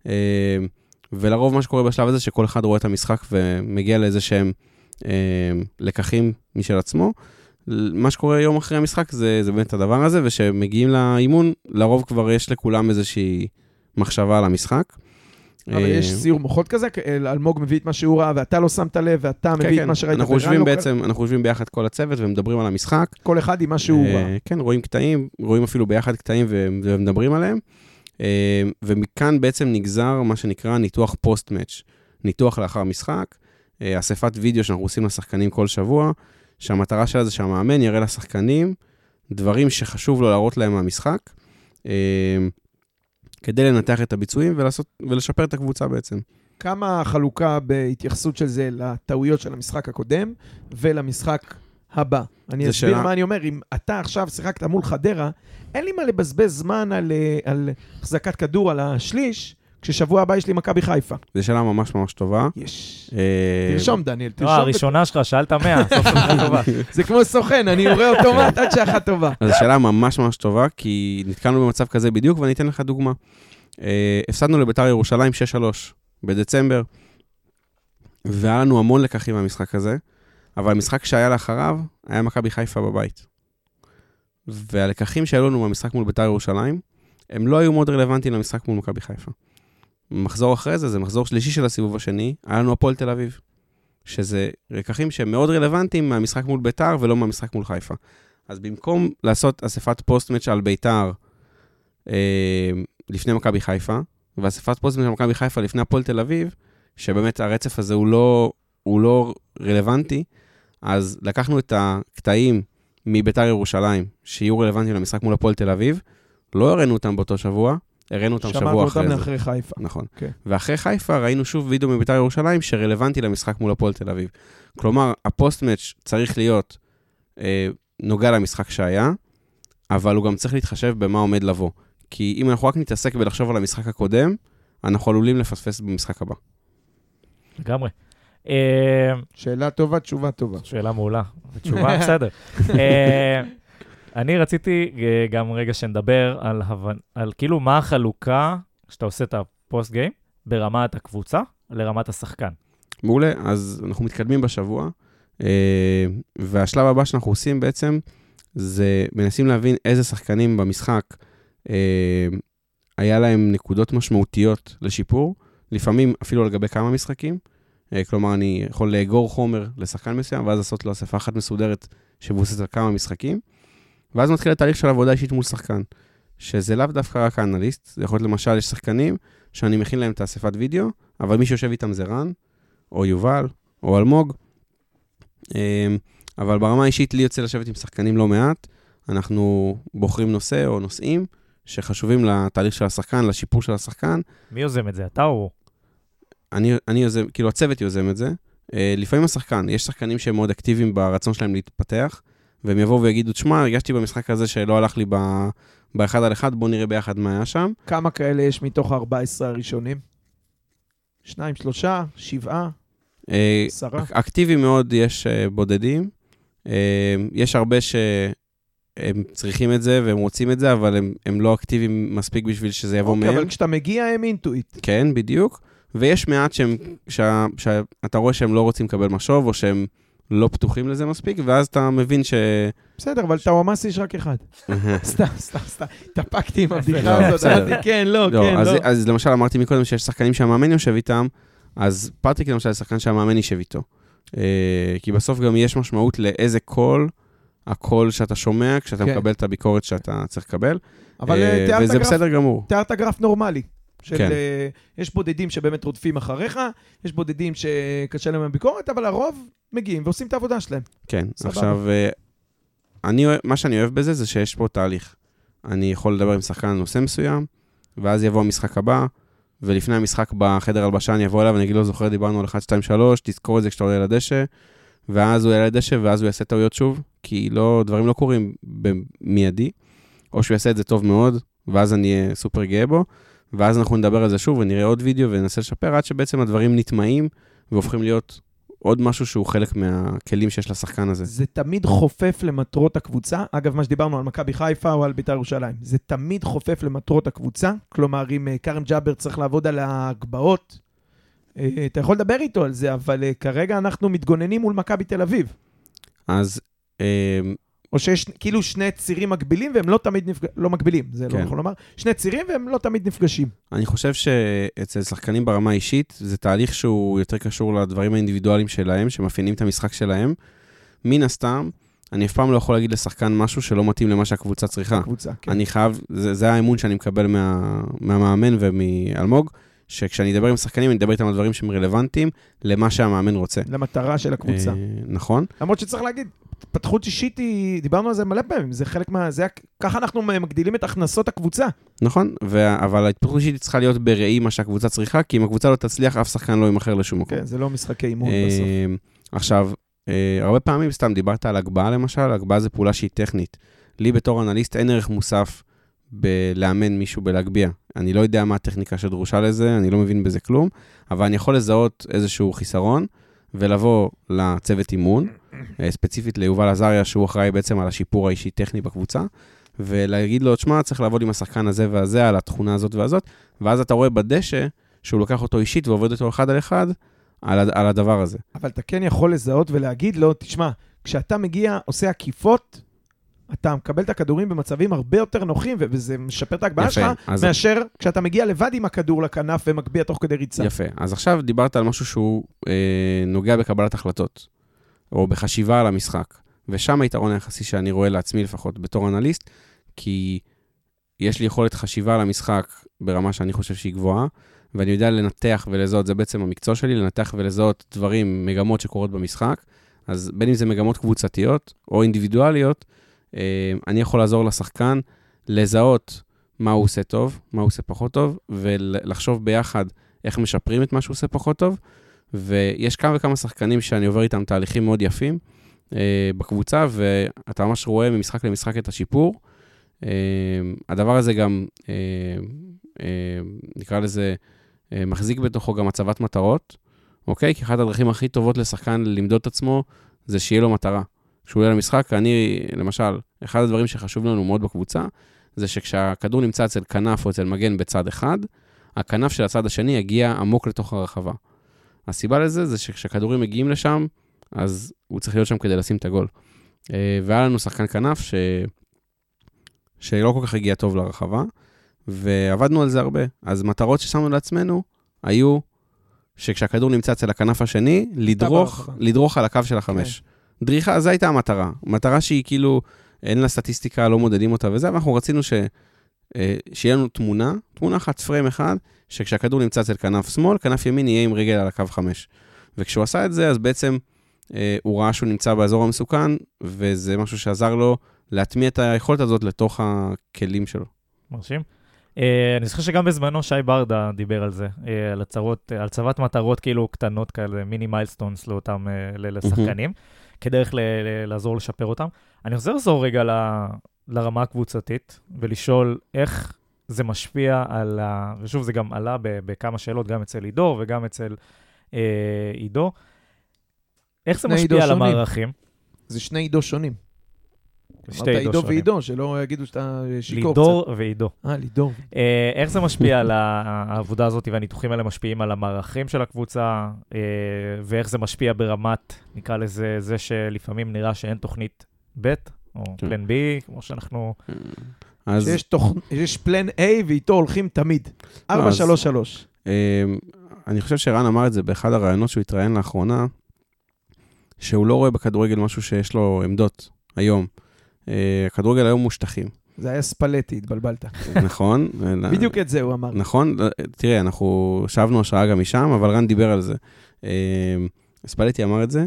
[SPEAKER 2] ולרוב מה שקורה בשלב הזה, שכל אחד רואה את המשחק ומגיע לאיזה שהם לקחים משל עצמו. מה שקורה יום אחרי המשחק זה, זה באמת הדבר הזה, ושמגיעים לאימון, לרוב כבר יש לכולם איזושהי מחשבה על המשחק.
[SPEAKER 3] אבל יש סיור מוחות כזה, אלמוג מביא את מה שהוא ראה, ואתה לא שמת לב, ואתה מביא את מה שראית.
[SPEAKER 2] אנחנו יושבים בעצם, אנחנו יושבים ביחד כל הצוות, ומדברים על המשחק.
[SPEAKER 3] כל אחד עם מה שהוא ראה.
[SPEAKER 2] כן, רואים קטעים, רואים אפילו ביחד קטעים, ומדברים עליהם. ומכאן בעצם נגזר מה שנקרא ניתוח פוסט-מאץ', ניתוח לאחר משחק, אספת וידאו שאנחנו עושים לשחקנים כל שבוע, שהמטרה שלה זה שהמאמן יראה לשחקנים דברים שחשוב לו להראות להם מהמשחק, כדי לנתח את הביצועים ולעשות, ולשפר את הקבוצה בעצם.
[SPEAKER 3] כמה החלוקה בהתייחסות של זה לטעויות של המשחק הקודם ולמשחק הבא? אני אסביר שאלה... מה אני אומר. אם אתה עכשיו שיחקת מול חדרה, אין לי מה לבזבז זמן על, על החזקת כדור על השליש, כששבוע הבא יש לי מכבי חיפה.
[SPEAKER 2] זו שאלה ממש ממש טובה.
[SPEAKER 3] יש. תרשום, דניאל, תרשום.
[SPEAKER 1] הראשונה שלך, שאלת מאה, סוף שלך טובה.
[SPEAKER 3] זה כמו סוכן, אני יורה אוטומט עד שאחת טובה.
[SPEAKER 2] זו שאלה ממש ממש טובה, כי נתקלנו במצב כזה בדיוק, ואני אתן לך דוגמה. הפסדנו לביתר ירושלים שש שלוש בדצמבר, והיה לנו המון לקחים מהמשחק הזה, אבל המשחק שהיה לאחריו, היה מכבי חיפה בבית. והלקחים שהיו לנו מהמשחק מול ביתר ירושלים, הם לא היו מאוד רלוונטיים למשחק מול מכבי חיפה. מחזור אחרי זה, זה מחזור שלישי של הסיבוב השני, היה לנו הפועל תל אביב, שזה לקחים שהם מאוד רלוונטיים מהמשחק מול ביתר ולא מהמשחק מול חיפה. אז במקום לעשות אספת פוסט-מאץ' על ביתר אה, לפני מכבי חיפה, ואספת פוסט-מאץ' על מכבי חיפה לפני הפועל תל אביב, שבאמת הרצף הזה הוא לא, הוא לא רלוונטי, אז לקחנו את הקטעים מביתר ירושלים, שיהיו רלוונטיים למשחק מול הפועל תל אביב, לא הראינו אותם באותו שבוע, הראינו אותם שבוע אחרי זה.
[SPEAKER 3] שמענו אותם לאחרי חיפה.
[SPEAKER 2] נכון.
[SPEAKER 3] Okay.
[SPEAKER 2] ואחרי חיפה ראינו שוב וידאו מביתר ירושלים שרלוונטי למשחק מול הפועל תל אביב. כלומר, הפוסט-מאץ' צריך להיות אה, נוגע למשחק שהיה, אבל הוא גם צריך להתחשב במה עומד לבוא. כי אם אנחנו רק נתעסק ולחשוב על המשחק הקודם, אנחנו עלולים לפספס במשחק הבא.
[SPEAKER 1] לגמרי.
[SPEAKER 3] שאלה טובה, תשובה טובה.
[SPEAKER 1] שאלה מעולה. תשובה בסדר. אני רציתי גם רגע שנדבר על, על כאילו מה החלוקה שאתה עושה את הפוסט גיים ברמת הקבוצה לרמת השחקן.
[SPEAKER 2] מעולה, אז אנחנו מתקדמים בשבוע, והשלב הבא שאנחנו עושים בעצם, זה מנסים להבין איזה שחקנים במשחק היה להם נקודות משמעותיות לשיפור, לפעמים אפילו לגבי כמה משחקים, כלומר אני יכול לאגור חומר לשחקן מסוים, ואז לעשות לו אספה אחת מסודרת שבוססת על כמה משחקים, ואז מתחיל התהליך של עבודה אישית מול שחקן, שזה לאו דווקא רק האנליסט, זה יכול להיות למשל, יש שחקנים שאני מכין להם את האספת וידאו, אבל מי שיושב איתם זה רן, או יובל, או אלמוג, אבל ברמה האישית לי יוצא לשבת עם שחקנים לא מעט, אנחנו בוחרים נושא או נושאים, שחשובים לתהליך של השחקן, לשיפור של השחקן.
[SPEAKER 1] מי יוזם את זה? אתה או?
[SPEAKER 2] אני, אני יוזם, כאילו הצוות יוזם את זה. לפעמים השחקן, יש שחקנים שהם מאוד אקטיביים ברצון שלהם להתפתח, והם יבואו ויגידו, תשמע, הרגשתי במשחק הזה שלא הלך לי באחד על אחד, בוא נראה ביחד מה היה שם.
[SPEAKER 3] כמה כאלה יש מתוך ה-ארבעה עשר הראשונים? שניים, שלושה, שבעה, עשרה?
[SPEAKER 2] אקטיביים מאוד יש בודדים. יש הרבה שהם צריכים את זה והם רוצים את זה, אבל הם, הם לא אקטיביים מספיק בשביל שזה יבוא מהם.
[SPEAKER 3] אבל כשאתה מגיע הם אינטואיט.
[SPEAKER 2] כן, בדיוק. ויש מעט שהם, שה, שאתה רואה שהם לא רוצים לקבל משוב, או שהם לא פתוחים לזה מספיק, ואז אתה מבין ש...
[SPEAKER 3] בסדר, אבל טאוואמאסי יש רק אחד. סתם, סתם, סתם. התאפקתי עם הבדיחה הזאת, אמרתי, כן, לא, כן, לא.
[SPEAKER 2] אז למשל אמרתי מקודם שיש שחקנים שהמאמן יושב איתם, אז פטריק למשל זה שחקן שהמאמן יישב איתו. כי בסוף גם יש משמעות לאיזה קול, הקול שאתה שומע, כשאתה מקבל את הביקורת שאתה צריך לקבל. וזה בסדר גמור.
[SPEAKER 3] תיארת גרף נורמלי. של, כן. uh, יש בודדים שבאמת רודפים אחריך, יש בודדים שקשה להם בביקורת, אבל הרוב מגיעים ועושים את העבודה שלהם.
[SPEAKER 2] כן, סבבה. עכשיו, uh, אני, מה שאני אוהב בזה זה שיש פה תהליך. אני יכול לדבר עם שחקן נושא מסוים, ואז יבוא המשחק הבא, ולפני המשחק בחדר הלבשה אני אבוא אליו, ואני אגיד לו, זוכר, דיברנו על אחת, שתיים, שלוש, תזכור את זה כשאתה עולה לדשא, ואז הוא יעלה לדשא, ואז הוא יעשה טעויות שוב, כי לא, דברים לא קורים במיידי, או שהוא יעשה את זה טוב מאוד, ואז אני אהיה סופר גאה בו, ואז אנחנו נדבר על זה שוב, ונראה עוד וידאו, וננסה לשפר, עד שבעצם הדברים נטמעים, והופכים להיות עוד משהו שהוא חלק מהכלים שיש לשחקן הזה.
[SPEAKER 3] זה תמיד חופף למטרות הקבוצה, אגב, מה שדיברנו על מכבי חיפה או על בית"ר ירושלים, זה תמיד חופף למטרות הקבוצה, כלומר, אם קרם ג'אבר צריך לעבוד על ההגבהות, אתה יכול לדבר איתו על זה, אבל כרגע אנחנו מתגוננים מול מכבי תל אביב.
[SPEAKER 2] אז...
[SPEAKER 3] או שיש כאילו שני צירים מקבילים, והם לא תמיד נפגשים, לא מקבילים, זה לא יכול לומר, שני צירים והם לא תמיד נפגשים.
[SPEAKER 2] אני חושב שאצל שחקנים ברמה האישית, זה תהליך שהוא יותר קשור לדברים האינדיבידואליים שלהם, שמאפיינים את המשחק שלהם. מן הסתם, אני אף פעם לא יכול להגיד לשחקן משהו שלא מתאים למה שהקבוצה צריכה.
[SPEAKER 3] הקבוצה, כן.
[SPEAKER 2] אני חייב, זה, זה האמון שאני מקבל מה, מהמאמן ומאלמוג, שכשאני אדבר עם שחקנים, אני אדבר איתם על דברים שהם רלוונטיים למה שהמאמן רוצה.
[SPEAKER 3] למטרה של הקבוצה.
[SPEAKER 2] נכון.
[SPEAKER 3] למרות שצריך להגיד, פתחות אישית היא, דיברנו על זה מלא פעמים, זה חלק מה, זה, ככה אנחנו מגדילים את הכנסות הקבוצה.
[SPEAKER 2] נכון, ו, אבל ההתפתחות אישית צריכה להיות בראי מה שהקבוצה צריכה, כי אם הקבוצה לא תצליח, אף שחקן לא ימחר לשום מקום.
[SPEAKER 3] כן, זה לא משחקי אימון בסוף.
[SPEAKER 2] עכשיו, הרבה פעמים, סתם דיברת על הגבהה למשל, הגבהה זה פעולה שהיא טכנית. לי בתור אנליסט אין ערך מוסף בלאמן מישהו בלהגביע. אני לא יודע מה הטכניקה שדרושה לזה, אני לא מבין בזה כלום, אבל אני יכול לזהות איזשהו חיסרון, ולבוא לצוות אימון, ספציפית ליובל עזריה, שהוא אחראי בעצם על השיפור האישי-טכני בקבוצה, ולהגיד לו, תשמע, צריך לעבוד עם השחקן הזה והזה, על התכונה הזאת והזאת, ואז אתה רואה בדשא, שהוא לוקח אותו אישית ועובד אותו אחד על אחד, על, על הדבר הזה.
[SPEAKER 3] אבל אתה כן יכול לזהות ולהגיד לו, תשמע, כשאתה מגיע, עושה עקיפות, אתה מקבל את הכדורים במצבים הרבה יותר נוחים, וזה משפר את ההגבהה שלך, אז... מאשר כשאתה מגיע לבד עם הכדור לכנף ומגביע תוך כדי ריצה.
[SPEAKER 2] יפה. אז עכשיו דיברת על משהו שהוא אה, נוגע בקבלת החלטות, או בחשיבה על המשחק. ושם היתרון היחסי שאני רואה לעצמי לפחות בתור אנליסט, כי יש לי יכולת חשיבה על המשחק ברמה שאני חושב שהיא גבוהה, ואני יודע לנתח ולזהות, זה בעצם המקצוע שלי, לנתח ולזהות דברים, מגמות שקורות במשחק, אז בין אם זה מגמות קבוצתיות או אינדיבידואליות, אני יכול לעזור לשחקן לזהות מה הוא עושה טוב, מה הוא עושה פחות טוב, ולחשוב ביחד איך משפרים את מה שהוא עושה פחות טוב, ויש כמה וכמה שחקנים שאני עובר איתם תהליכים מאוד יפים בקבוצה, ואתה ממש רואה ממשחק למשחק את השיפור. הדבר הזה גם, נקרא לזה, מחזיק בתוכו גם הצבת מטרות, אוקיי? כי אחת הדרכים הכי טובות לשחקן למדוד את עצמו, זה שיהיה לו מטרה. כשהוא יהיה למשחק, אני, למשל, אחד הדברים שחשוב לנו מאוד בקבוצה, זה שכשהכדור נמצא אצל כנף או אצל מגן בצד אחד, הכנף של הצד השני יגיע עמוק לתוך הרחבה. הסיבה לזה זה שכשהכדורים מגיעים לשם, אז הוא צריך להיות שם כדי לשים את הגול. והיה לנו שחקן כנף ש... שלא כל כך הגיע טוב לרחבה, ועבדנו על זה הרבה. אז מטרות ששמנו לעצמנו היו שכשהכדור נמצא אצל הכנף השני, לדרוך, לדרוך על הקו של החמש. Okay. דריכה, זו הייתה המטרה. מטרה שהיא כאילו, אין לה סטטיסטיקה, לא מודדים אותה וזה, ואנחנו רצינו ש... שיהיה לנו תמונה, תמונה אחת, פריים אחד, שכשהכדור נמצא אצל כנף שמאל, כנף ימין יהיה עם רגל על הקו חמש. וכשהוא עשה את זה, אז בעצם אה, הוא ראה שהוא נמצא באזור המסוכן, וזה משהו שעזר לו להטמיע את היכולת הזאת לתוך הכלים שלו.
[SPEAKER 1] מרשים. Uh, אני זוכר שגם בזמנו שי ברדה דיבר על זה, uh, על הצרות, uh, על צוות מטרות כאילו קטנות כאלה, מיני מיילסטונס לאותם, uh, לשחקנים, mm-hmm. כדרך ל- ל- לעזור לשפר אותם. אני חוזר לזור רגע ל- לרמה הקבוצתית, ולשאול איך זה משפיע על ה... ושוב, זה גם עלה ב- בכמה שאלות, גם אצל עידו וגם אצל uh, עידו. איך זה משפיע על המערכים?
[SPEAKER 3] זה שני עידו שונים.
[SPEAKER 1] שתי עידו
[SPEAKER 3] עידו ועידו, שלא יגידו שאתה שיקור קצת.
[SPEAKER 1] לידור ועידו.
[SPEAKER 3] אה, לידור.
[SPEAKER 1] איך זה משפיע על העבודה הזאת, והניתוחים האלה משפיעים על המערכים של הקבוצה, ואיך זה משפיע ברמת, נקרא לזה, זה שלפעמים נראה שאין תוכנית ב' או פלן בי, כמו שאנחנו...
[SPEAKER 3] שיש פלן A ואיתו הולכים תמיד. ארבע שלוש שלוש.
[SPEAKER 2] אני חושב שרן אמר את זה באחד הרעיונות שהוא התראיין לאחרונה, שהוא לא רואה בכדורגל משהו שיש לו עמדות היום. הכדורגל היום מושטחים.
[SPEAKER 3] זה היה ספלטי, התבלבלת.
[SPEAKER 2] נכון.
[SPEAKER 3] בדיוק את זה הוא אמר.
[SPEAKER 2] נכון, תראה, אנחנו שבנו השראה גם משם, אבל רן דיבר על זה. ספלטי אמר את זה,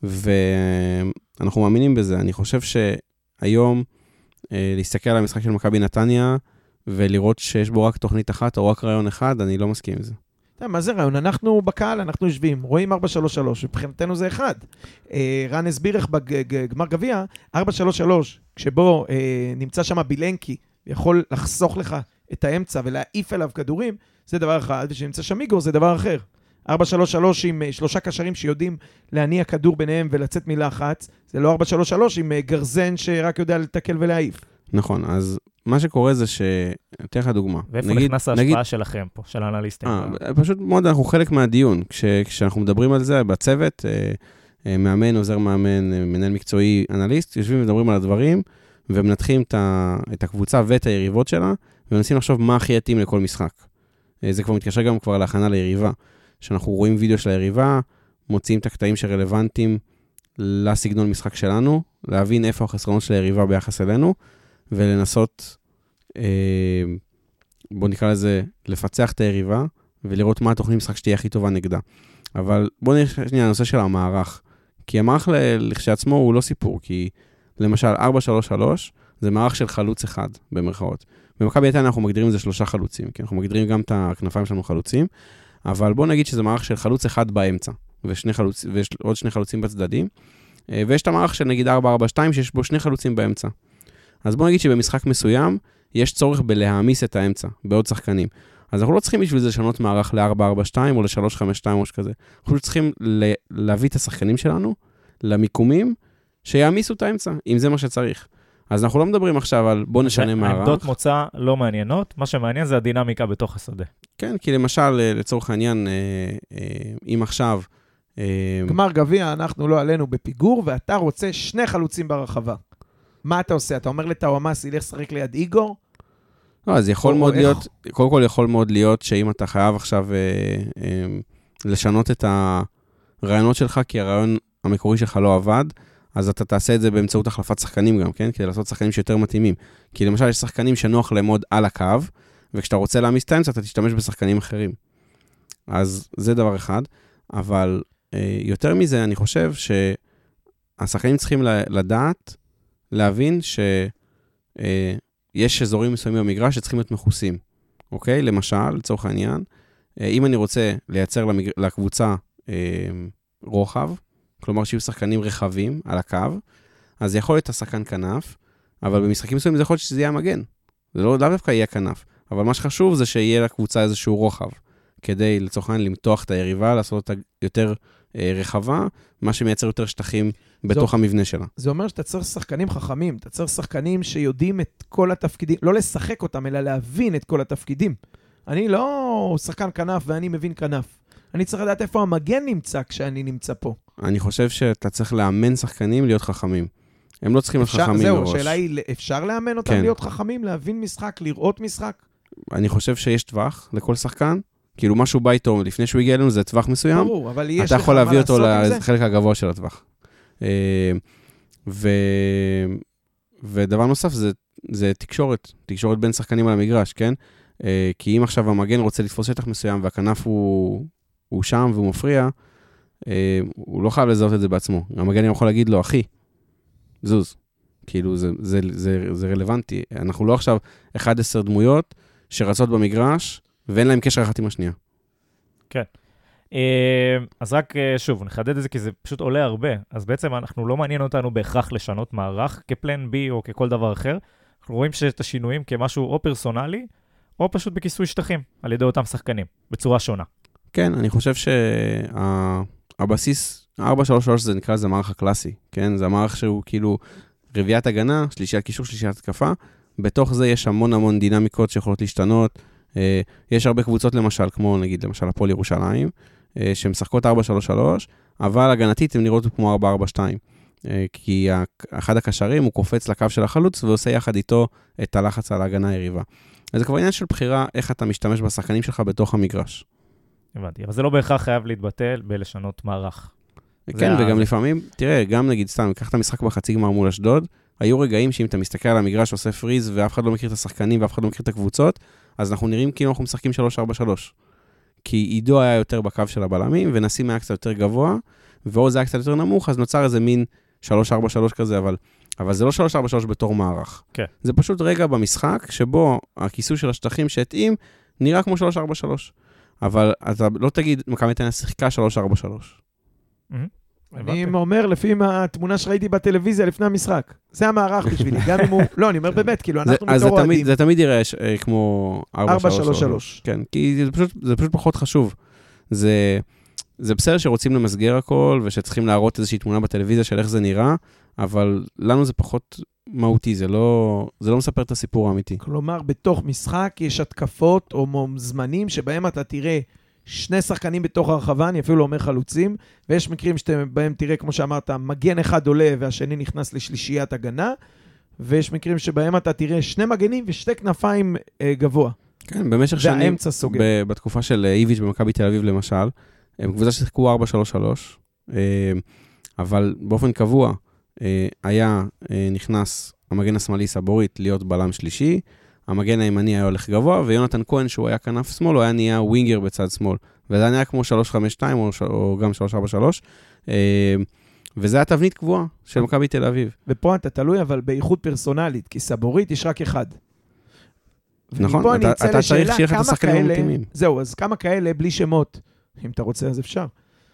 [SPEAKER 2] ואנחנו מאמינים בזה. אני חושב שהיום, להסתכל על המשחק של מכבי נתניה, ולראות שיש בו רק תוכנית אחת, או רק רעיון אחד, אני לא מסכים עם זה.
[SPEAKER 3] מה זה רעיון? אנחנו בקהל, אנחנו יושבים, רואים ארבע שלוש שלוש, ובחינתנו זה אחד. רן הסביר איך בגמר גביע, ארבע שלוש שלוש, כשבו נמצא שם בילנקי, יכול לחסוך לך את האמצע ולהעיף אליו כדורים, זה דבר אחד, ושנמצא שם מיגור זה דבר אחר. ארבע שלוש שלוש עם שלושה קשרים שיודעים להניע כדור ביניהם ולצאת מלחץ, זה לא ארבע שלוש שלוש עם גרזן שרק יודע לתקל ולהעיף.
[SPEAKER 2] נכון, אז מה שקורה זה ש... אתן לך דוגמה.
[SPEAKER 1] ואיפה נכנס ההשפעה שלכם פה, של האנליסטים?
[SPEAKER 2] פשוט מאוד, אנחנו חלק מהדיון. כשאנחנו מדברים על זה בצוות, מאמן, עוזר מאמן, מנהל מקצועי, אנליסט, יושבים ומדברים על הדברים, ומנתחים את הקבוצה ואת היריבות שלה, ומנסים לחשוב מה הכי יתאים לכל משחק. זה כבר מתקשר גם כבר להכנה ליריבה. שאנחנו רואים וידאו של היריבה, מוציאים את הקטעים שרלוונטיים לסגנון משחק שלנו, להבין איפה החסרונות של היריבה ביחס אלינו, ולנסות, אה, בוא נקרא לזה, לפצח את היריבה, ולראות מה התוכנית משחק שתהיה הכי טובה נגדה. אבל בוא נראה שנייה, הנושא של המערך. כי המערך לכשעצמו הוא לא סיפור, כי למשל ארבע שלוש שלוש, זה מערך של חלוץ אחד, במרכאות. במכבי נתניה אנחנו מגדירים את זה שלושה חלוצים, כי אנחנו מגדירים גם את הכנפיים שלנו חלוצים, אבל בוא נגיד שזה מערך של חלוץ אחד באמצע, ושני חלוצ... ועוד שני חלוצים בצדדים, ויש את המערך של נגיד ארבע ארבע שתיים, שיש בו שני חלוצים באמצע. אז בוא נגיד שבמשחק מסוים, יש צורך בלהעמיס את האמצע, בעוד שחקנים. אז אנחנו לא צריכים בשביל זה לשנות מערך ל-ארבע ארבע שתיים או ל-שלוש חמש שתיים או שכזה. אנחנו צריכים ל- להביא את השחקנים שלנו למיקומים שיעמיסו את האמצע, אם זה מה שצריך. אז אנחנו לא מדברים עכשיו על בוא נשנה מערך.
[SPEAKER 1] העמדות מוצא לא מעניינות, מה שמעניין זה הדינמיקה בתוך השדה.
[SPEAKER 2] כן, כי למשל, לצורך העניין, אם עכשיו...
[SPEAKER 3] גמר גביע, אנחנו לא עלינו בפיגור, ואתה רוצה שני חלוצים ברחבה. מה אתה עושה? אתה אומר לתאומאס, ילך שחק ליד איגור?
[SPEAKER 2] לא, אז יכול מאוד להיות, קודם כל יכול מאוד להיות שאם אתה חייב עכשיו לשנות את הרעיונות שלך, כי הרעיון המקורי שלך לא עבד, אז אתה תעשה את זה באמצעות החלפת שחקנים גם, כן? כדי לעשות שחקנים שיותר מתאימים. כי למשל יש שחקנים שנוח לעמוד על הקו, וכשאתה רוצה להעמיס את האמצע, אתה תשתמש בשחקנים אחרים. אז זה דבר אחד. אבל אה, יותר מזה, אני חושב שהשחקנים צריכים לדעת, להבין שיש אה, אזורים מסוימים במגרש שצריכים להיות מחוסים. אוקיי? למשל, לצורך העניין, אה, אם אני רוצה לייצר למגר... לקבוצה אה, רוחב, כלומר שיהיו שחקנים רחבים על הקו, אז זה יכול להיות השחקן כנף, אבל במשחקים מסוימים זה יכול להיות שזה יהיה המגן. זה לא דווקא יהיה כנף. אבל מה שחשוב זה שיהיה לקבוצה איזשהו רוחב, כדי לצורך העניין למתוח את היריבה, לעשות אותה יותר אה, רחבה, מה שמייצר יותר שטחים בתוך
[SPEAKER 3] זו,
[SPEAKER 2] המבנה שלה.
[SPEAKER 3] זה אומר שאתה צריך שחקנים חכמים, אתה צריך שחקנים שיודעים את כל התפקידים, לא לשחק אותם, אלא להבין את כל התפקידים. אני לא שחקן כנף ואני מבין כנף. אני צריך לדעת איפה המגן נמצא כשאני נמצא פה.
[SPEAKER 2] אני חושב שאתה צריך לאמן שחקנים להיות חכמים. הם לא צריכים להיות חכמים
[SPEAKER 3] זהו,
[SPEAKER 2] מראש.
[SPEAKER 3] השאלה היא, אפשר לאמן אותם
[SPEAKER 2] כן.
[SPEAKER 3] להיות חכמים, להבין משחק, לראות משחק?
[SPEAKER 2] אני חושב שיש טווח לכל שחקן, כאילו משהו בא איתו לפני שהוא הגיע אלינו, זה טווח מסוים.
[SPEAKER 3] ברור, אבל יש
[SPEAKER 2] אתה
[SPEAKER 3] לך
[SPEAKER 2] יכול
[SPEAKER 3] מה
[SPEAKER 2] להביא אותו
[SPEAKER 3] לעשות עם זה?
[SPEAKER 2] לחלק הגבוה של הטווח. ו... ודבר נוסף זה, זה תקשורת, תקשורת בין שחקנים על המגרש, כן? כי אם עכשיו המגן רוצה לתפוס שטח מסוים, והכנף הוא, הוא שם והוא מפריע, הוא לא חייב לזהות את זה בעצמו. המגן יכול להגיד לו, אחי, זוז. כאילו, זה, זה, זה, זה רלוונטי. אנחנו לא עכשיו אחת עשרה דמויות שרצות במגרש, ואין להם קשר אחת עם השנייה.
[SPEAKER 1] כן. אז רק שוב, נחדד את זה כי זה פשוט עולה הרבה. אז בעצם אנחנו לא מעניין אותנו בהכרח לשנות מערך כפלן בי או ככל דבר אחר. אנחנו רואים שאת השינויים כמשהו או פרסונלי, או פשוט בכיסוי שטחים על ידי אותם שחקנים, בצורה שונה.
[SPEAKER 2] כן, אני חושב שהבסיס, ארבע שלוש שלוש זה נקרא לזה מערך הקלאסי, כן? זה המערך שהוא כאילו רביעיית הגנה, שלישיית קישור, שלישיית התקפה. בתוך זה יש המון המון דינמיקות שיכולות להשתנות. יש הרבה קבוצות למשל, כמו נגיד למשל הפועל ירושלים, שמשחקות ארבע שלוש שלוש, אבל הגנתית הן נראות כמו ארבע ארבע שתיים. כי אחד הקשרים הוא קופץ לקו של החלוץ ועושה יחד איתו את הלחץ על ההגנה היריבה. אז זה כבר עניין של בחירה איך אתה משתמש בשחקנים שלך בתוך המגרש.
[SPEAKER 1] הבנתי, אבל זה לא בהכרח חייב להתבטל בלשנות מערך.
[SPEAKER 2] כן, וגם לפעמים, תראה, גם נגיד סתם, קח את המשחק בחצי גמר מול אשדוד, היו רגעים שאם אתה מסתכל על המגרש עושה פריז ואף אחד לא מכיר את השחקנים ואף אחד לא מכיר את הקבוצות, אז אנחנו נראים כאילו אנחנו משחקים שלוש ארבע שלוש. כי עידו היה יותר בקו של הבלמים, ונסים היה קצת יותר גבוה, ועוז היה קצת יותר נמוך, אז נוצר איזה מין שלוש ארבע שלוש כזה, אבל, אבל זה לא שלוש ארבע שלוש בתור מערך.
[SPEAKER 1] כן.
[SPEAKER 2] זה פשוט רגע במשחק, שבו הכיסוי של השטחים שהתאים, נראה כמו שלוש ארבע שלוש. אבל אתה לא תגיד, מכבי נתניה שיחקה שלוש ארבע שלוש.
[SPEAKER 3] אני אומר, לפי התמונה שראיתי בטלוויזיה לפני המשחק, זה המערך בשבילי, גם אם הוא, לא, אני אומר באמת, כאילו, אנחנו מתור אוהדים.
[SPEAKER 2] זה תמיד יראה כמו ארבע שלוש שלוש. כן, כי זה פשוט פחות חשוב. זה בסדר שרוצים למסגר הכל, ושצריכים להראות איזושהי תמונה בטלוויזיה של איך זה נראה, אבל לנו זה פחות מהותי, זה לא מספר את הסיפור האמיתי.
[SPEAKER 3] כלומר, בתוך משחק יש התקפות או זמנים שבהם אתה תראה שני שחקנים בתוך הרחבה, אני אפילו לא אומר חלוצים, ויש מקרים שבהם תראה, כמו שאמרת, מגן אחד עולה והשני נכנס לשלישיית הגנה, ויש מקרים שבהם אתה תראה שני מגנים ושתי כנפיים אה, גבוה.
[SPEAKER 2] כן, במשך שנים,
[SPEAKER 3] והאמצע סוגר.
[SPEAKER 2] ב- בתקופה של איביץ' במכבי תל אביב למשל, הם קבוצה ששיחקו ארבע שלוש שלוש, אה, אבל באופן קבוע אה, היה אה, נכנס המגן השמאלי סבורית להיות בלם שלישי, המגן הימני היה הולך גבוה, ויונתן כהן, שהוא היה כנף שמאל, הוא היה נהיה ווינגר בצד שמאל. וזה היה כמו שלוש חמש שתיים, או, או גם שלוש ארבע שלוש. וזה היה תבנית קבועה של מכבי תל אביב.
[SPEAKER 3] ופה אתה תלוי, אבל באיכות פרסונלית, כי סבורית יש רק אחד.
[SPEAKER 2] נכון, אתה, אתה צריך שיהיה לך את השחקנים המתאימים.
[SPEAKER 3] זהו, אז כמה כאלה בלי שמות, אם אתה רוצה אז אפשר.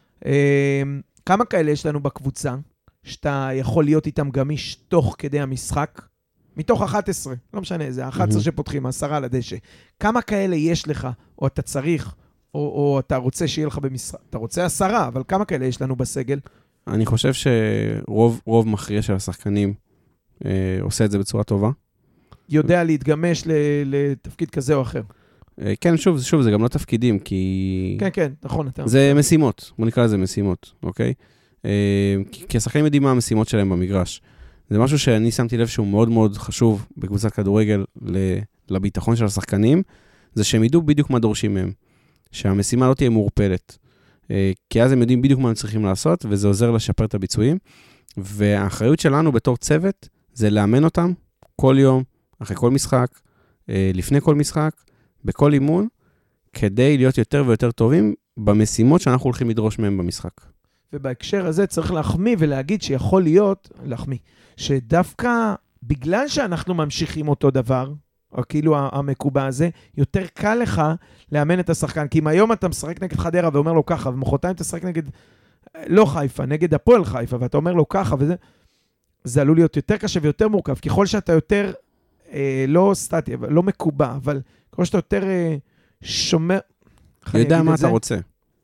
[SPEAKER 3] כמה כאלה יש לנו בקבוצה, שאתה יכול להיות איתם גמיש תוך כדי המשחק, מתוך אחת עשרה, לא משנה, זה אחת עשרה שפותחים, עשרה לדשא. כמה כאלה יש לך, או אתה צריך, או, או אתה רוצה שיהיה לך במשחק? אתה רוצה עשרה, אבל כמה כאלה יש לנו בסגל?
[SPEAKER 2] אני חושב שרוב רוב מכריע של השחקנים אה, עושה את זה בצורה טובה.
[SPEAKER 3] יודע להתגמש לתפקיד כזה או אחר.
[SPEAKER 2] אה, כן, שוב, שוב, זה גם לא תפקידים, כי...
[SPEAKER 3] כן, כן, נכון. אתה...
[SPEAKER 2] זה משימות, בוא נקרא לזה משימות, אוקיי? אה, כי השחקנים יודעים מה המשימות שלהם במגרש. זה משהו שאני שמתי לב שהוא מאוד מאוד חשוב בקבוצת כדורגל לביטחון של השחקנים, זה שהם ידעו בדיוק מה דורשים מהם. שהמשימה לא תהיה מעורפלת. כי אז הם יודעים בדיוק מה הם צריכים לעשות, וזה עוזר לשפר את הביצועים. והאחריות שלנו בתור צוות, זה לאמן אותם כל יום, אחרי כל משחק, לפני כל משחק, בכל אימון, כדי להיות יותר ויותר טובים במשימות שאנחנו הולכים לדרוש מהם במשחק.
[SPEAKER 3] ובהקשר הזה צריך להחמיא ולהגיד שיכול להיות, להחמיא, שדווקא בגלל שאנחנו ממשיכים אותו דבר, או כאילו המקובע הזה, יותר קל לך לאמן את השחקן. כי אם היום אתה משחק נגד חדרה ואומר לו ככה, ומחרתיים אתה משחק נגד לא חיפה, נגד הפועל חיפה, ואתה אומר לו ככה, וזה זה עלול להיות יותר קשה ויותר מורכב. ככל שאתה יותר, אה, לא סטטי, לא מקובע, אבל ככל שאתה יותר אה, שומר...
[SPEAKER 2] יודע מה אתה רוצה.